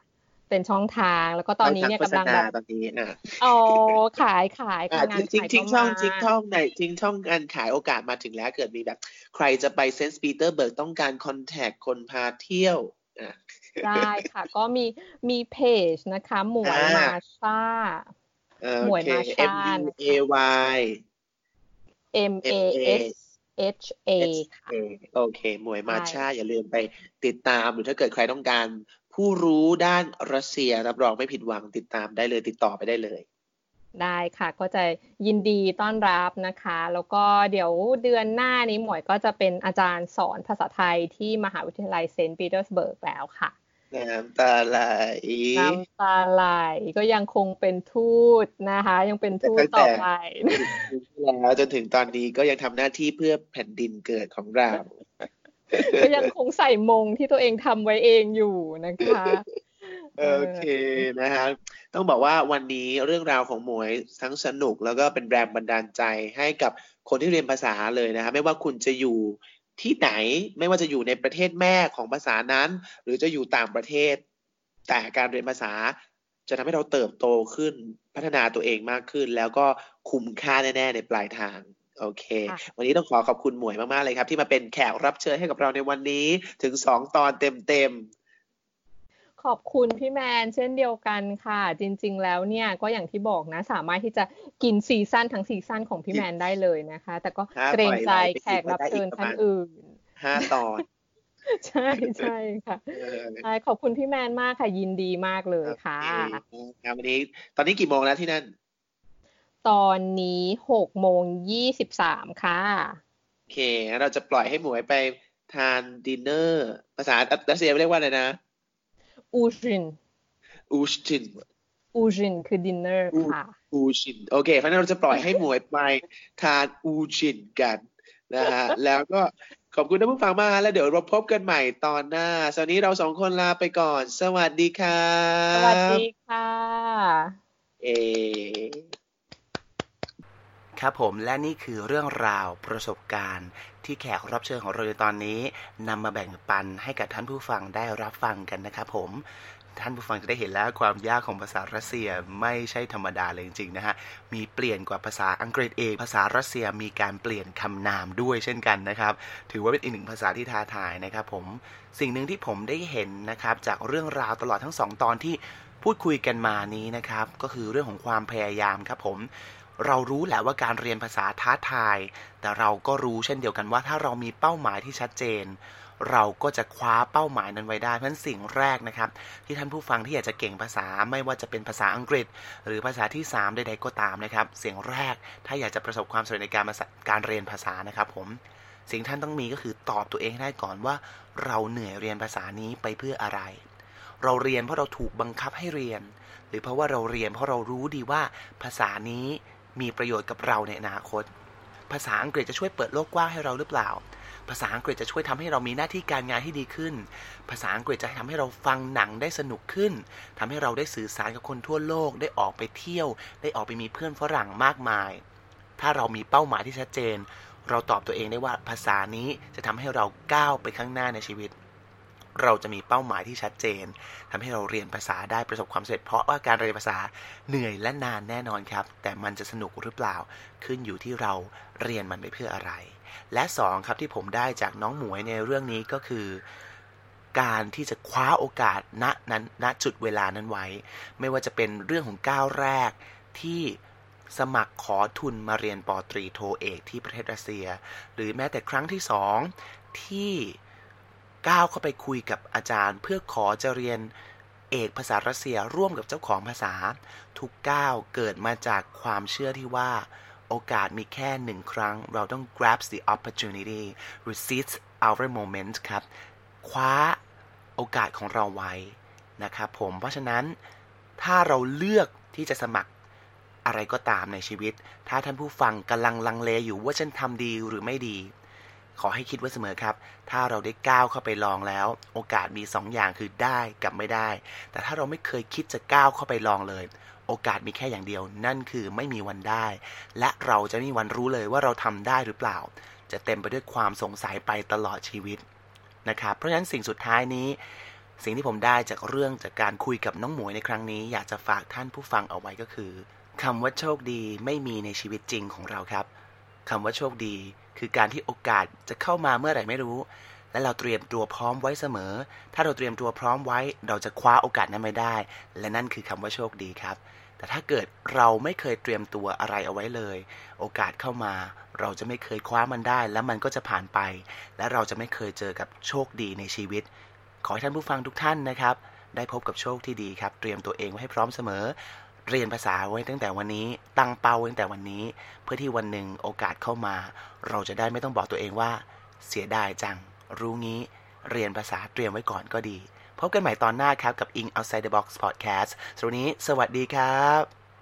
เป็นช่องทางแล้วก็ตอนนี้เนี่ยกำลังแบบตอนนี้อ๋อขายงานจริขาง ยทิ้งก็ช่องมาทิ้งช่องการขายโอกาสมาถึงแล้วเกิดมีแบบใครจะไปเซนต์ปีเตอร์เบิร์กต้องการคอนแทคคนพาเที่ยวได้ค่ะก็มีเพจนะคะหมวยมาช่าหมวยมาช่านะคะ MASHA ค่ะโอเคหมวยมาช่าอย่าลืมไปติดตามหรือถ้าเกิดใครต้องการผู้รู้ด้านรัสเซียรับรองไม่ผิดหวังติดตามได้เลยติดต่อไปได้เลยได้ค่ะก็จะยินดีต้อนรับนะคะแล้วก็เดี๋ยวเดือนหน้านี้หมวยก็จะเป็นอาจารย์สอนภาษาไทยที่มหาวิทยาลัยเซนต์ปีเตอร์สเบิร์กแล้วค่ะน้ำตาไหลก็ยังคงเป็นทูตนะคะยังเป็นทูตต่อไปแล้วจนถึงตอนนี้ก็ยังทำหน้าที่เพื่อแผ่นดินเกิดของเราก็ยังคงใส่มงที่ตัวเองทำไว้เองอยู่นะคะโอเคนะฮะต้องบอกว่าวันนี้เรื่องราวของหมวยทั้งสนุกแล้วก็เป็นแรงบันดาลใจให้กับคนที่เรียนภาษาเลยนะฮะไม่ว่าคุณจะอยู่ที่ไหนไม่ว่าจะอยู่ในประเทศแม่ของภาษานั้นหรือจะอยู่ต่างประเทศแต่การเรียนภาษาจะทำให้เราเติบโตขึ้นพัฒนาตัวเองมากขึ้นแล้วก็คุ้มค่าแน่ๆในปลายทางโอเควันนี้ต้องขอบคุณหมวยมากๆเลยครับที่มาเป็นแขกรับเชิญให้กับเราในวันนี้ถึง2ตอนเต็มขอบคุณพี่แมนเช่นเดียวกันค่ะจริงๆแล้วเนี่ยก็อย่างที่บอกนะสามารถที่จะกินซีซั่นทั้งซีซั่นของพี่แมนได้เลยนะคะแต่ก็เกรงใจแขกรับเชิญท่านอื่น 5 ตอนใช่ค่ะขอบคุณพี่แมนมากค่ะยินดีมากเลยค่ะวันนี้ตอนนี้กี่โมงแล้วที่นั่นตอนนี้6:23ค่ะโอเคเราจะปล่อยให้หมวยไปทานดินเนอร์ภาษารัสเซียเรียกว่าอะไรนะอูชินคือดินเนอร์ค่ะอูชินโอเคเพราะฉะนั้นเราจะปล่อยให้หมวยไปทานอูชินกันนะฮะแล้วก็ขอบคุณท่านผู้ฟังมากแล้วเดี๋ยวเราพบกันใหม่ตอนหน้าสวัสดีเรา2คนลาไปก่อนสวัสดีครับสวัสดีค่ะครับผมและนี่คือเรื่องราวประสบการณ์ที่แขกรับเชิญของเราในตอนนี้นำมาแบ่งปันให้กับท่านผู้ฟังได้รับฟังกันนะครับผมท่านผู้ฟังจะได้เห็นแล้วความยากของภาษารัสเซียไม่ใช่ธรรมดาเลยจริงๆนะฮะมีเปลี่ยนกว่าภาษาอังกฤษเองภาษารัสเซียมีการเปลี่ยนคำนามด้วยเช่นกันนะครับถือว่าเป็นอีกหนึ่งภาษาที่ท้าทายนะครับผมสิ่งหนึ่งที่ผมได้เห็นนะครับจากเรื่องราวตลอดทั้ง2ตอนที่พูดคุยกันมานี้นะครับก็คือเรื่องของความพยายามครับผมเรารู้แหละว่าการเรียนภาษาท้าทายแต่เราก็รู้เช่นเดียวกันว่าถ้าเรามีเป้าหมายที่ชัดเจนเราก็จะคว้าเป้าหมายนั้นไว้ได้เพราะฉะนั้นสิ่งแรกนะครับที่ท่านผู้ฟังที่อยากจะเก่งภาษาไม่ว่าจะเป็นภาษาอังกฤษหรือภาษาที่3ใดๆก็ตามนะครับสิ่งแรกถ้าอยากจะประสบความสำเร็จในการเรียนภาษานะครับผมสิ่งท่านต้องมีก็คือตอบตัวเองให้ได้ก่อนว่าเราเหนื่อยเรียนภาษานี้ไปเพื่ออะไรเราเรียนเพราะเราถูกบังคับให้เรียนหรือเพราะว่าเราเรียนเพราะเรารู้ดีว่าภาษานี้มีประโยชน์กับเราในอนาคตภาษาอังกฤษจะช่วยเปิดโลกกว้างให้เราหรือเปล่าภาษาอังกฤษจะช่วยทำให้เรามีหน้าที่การงานที่ดีขึ้นภาษาอังกฤษจะทำให้เราฟังหนังได้สนุกขึ้นทำให้เราได้สื่อสารกับคนทั่วโลกได้ออกไปเที่ยวได้ออกไปมีเพื่อนฝรั่งมากมายถ้าเรามีเป้าหมายที่ชัดเจนเราตอบตัวเองได้ว่าภาษานี้จะทำให้เราก้าวไปข้างหน้าในชีวิตเราจะมีเป้าหมายที่ชัดเจนทำให้เราเรียนภาษาได้ประสบความสำเร็จเพราะว่าการเรียนภาษาเหนื่อยและนานแน่นอนครับแต่มันจะสนุกหรือเปล่าขึ้นอยู่ที่เราเรียนมันไปเพื่ออะไรและ2ครับที่ผมได้จากน้องหมวยในเรื่องนี้ก็คือการที่จะคว้าโอกาสณจุดเวลานั้นไว้ไม่ว่าจะเป็นเรื่องของก้าวแรกที่สมัครขอทุนมาเรียนป.ตรีโทเอกที่ประเทศรัสเซียหรือแม้แต่ครั้งที่2ที่ก้าวเข้าไปคุยกับอาจารย์เพื่อขอจะเรียนเอกภาษารัสเซียร่วมกับเจ้าของภาษาทุกก้าวเกิดมาจากความเชื่อที่ว่าโอกาสมีแค่1ครั้งเราต้อง grab the opportunity seize our moment ครับคว้าโอกาสของเราไว้นะครับผมเพราะฉะนั้นถ้าเราเลือกที่จะสมัครอะไรก็ตามในชีวิตถ้าท่านผู้ฟังกำลังลังเลอยู่ว่าฉันทำดีหรือไม่ดีขอให้คิดไว้เสมอครับถ้าเราได้ก้าวเข้าไปลองแล้วโอกาสมี2อย่างคือได้กับไม่ได้แต่ถ้าเราไม่เคยคิดจะก้าวเข้าไปลองเลยโอกาสมีแค่อย่างเดียวนั่นคือไม่มีวันได้และเราจะไม่มีวันรู้เลยว่าเราทำได้หรือเปล่าจะเต็มไปด้วยความสงสัยไปตลอดชีวิตนะครับเพราะฉะนั้นสิ่งสุดท้ายนี้สิ่งที่ผมได้จากการคุยกับน้องหมวยในครั้งนี้อยากจะฝากท่านผู้ฟังเอาไว้ก็คือคำว่าโชคดีไม่มีในชีวิตจริงของเราครับคำว่าโชคดีคือการที่โอกาสจะเข้ามาเมื่อไหร่ไม่รู้และเราเตรียมตัวพร้อมไว้เสมอถ้าเราเตรียมตัวพร้อมไว้เราจะคว้าโอกาสนั้นมาได้และนั่นคือคำว่าโชคดีครับแต่ถ้าเกิดเราไม่เคยเตรียมตัวอะไรเอาไว้เลยโอกาสเข้ามาเราจะไม่เคยคว้ามันได้และมันก็จะผ่านไปและเราจะไม่เคยเจอกับโชคดีในชีวิตขอให้ท่านผู้ฟังทุกท่านนะครับได้พบกับโชคที่ดีครับเตรียมตัวเองไว้ให้พร้อมเสมอเรียนภาษาไว้ตั้งแต่วันนี้ตั้งเป้าตั้งแต่วันนี้เพื่อที่วันหนึ่งโอกาสเข้ามาเราจะได้ไม่ต้องบอกตัวเองว่าเสียดายจังรู้งี้เรียนภาษาเตรียมไว้ก่อนก็ดีพบกันใหม่ตอนหน้าครับกับ Ink Outside the Box Podcast สำหรับวันนี้สวัสดีครับ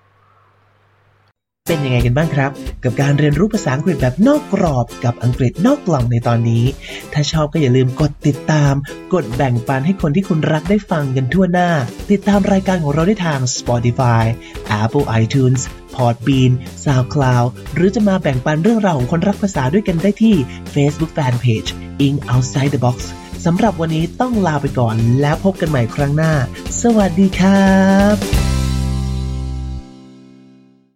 เป็นยังไงกันบ้างครับกับการเรียนรู้ภาษาอังกฤษแบบนอกกรอบกับอังกฤษนอกกล่องในตอนนี้ถ้าชอบก็อย่าลืมกดติดตามกดแบ่งปันให้คนที่คุณรักได้ฟังกันทั่วหน้าติดตามรายการของเราได้ทาง Spotify Apple iTunes Podbean SoundCloud หรือจะมาแบ่งปันเรื่องราวของคนรักภาษาด้วยกันได้ที่ Facebook Fanpage Ink Outside the Box สำหรับวันนี้ต้องลาไปก่อนแล้วพบกันใหม่ครั้งหน้าสวัสดีครับ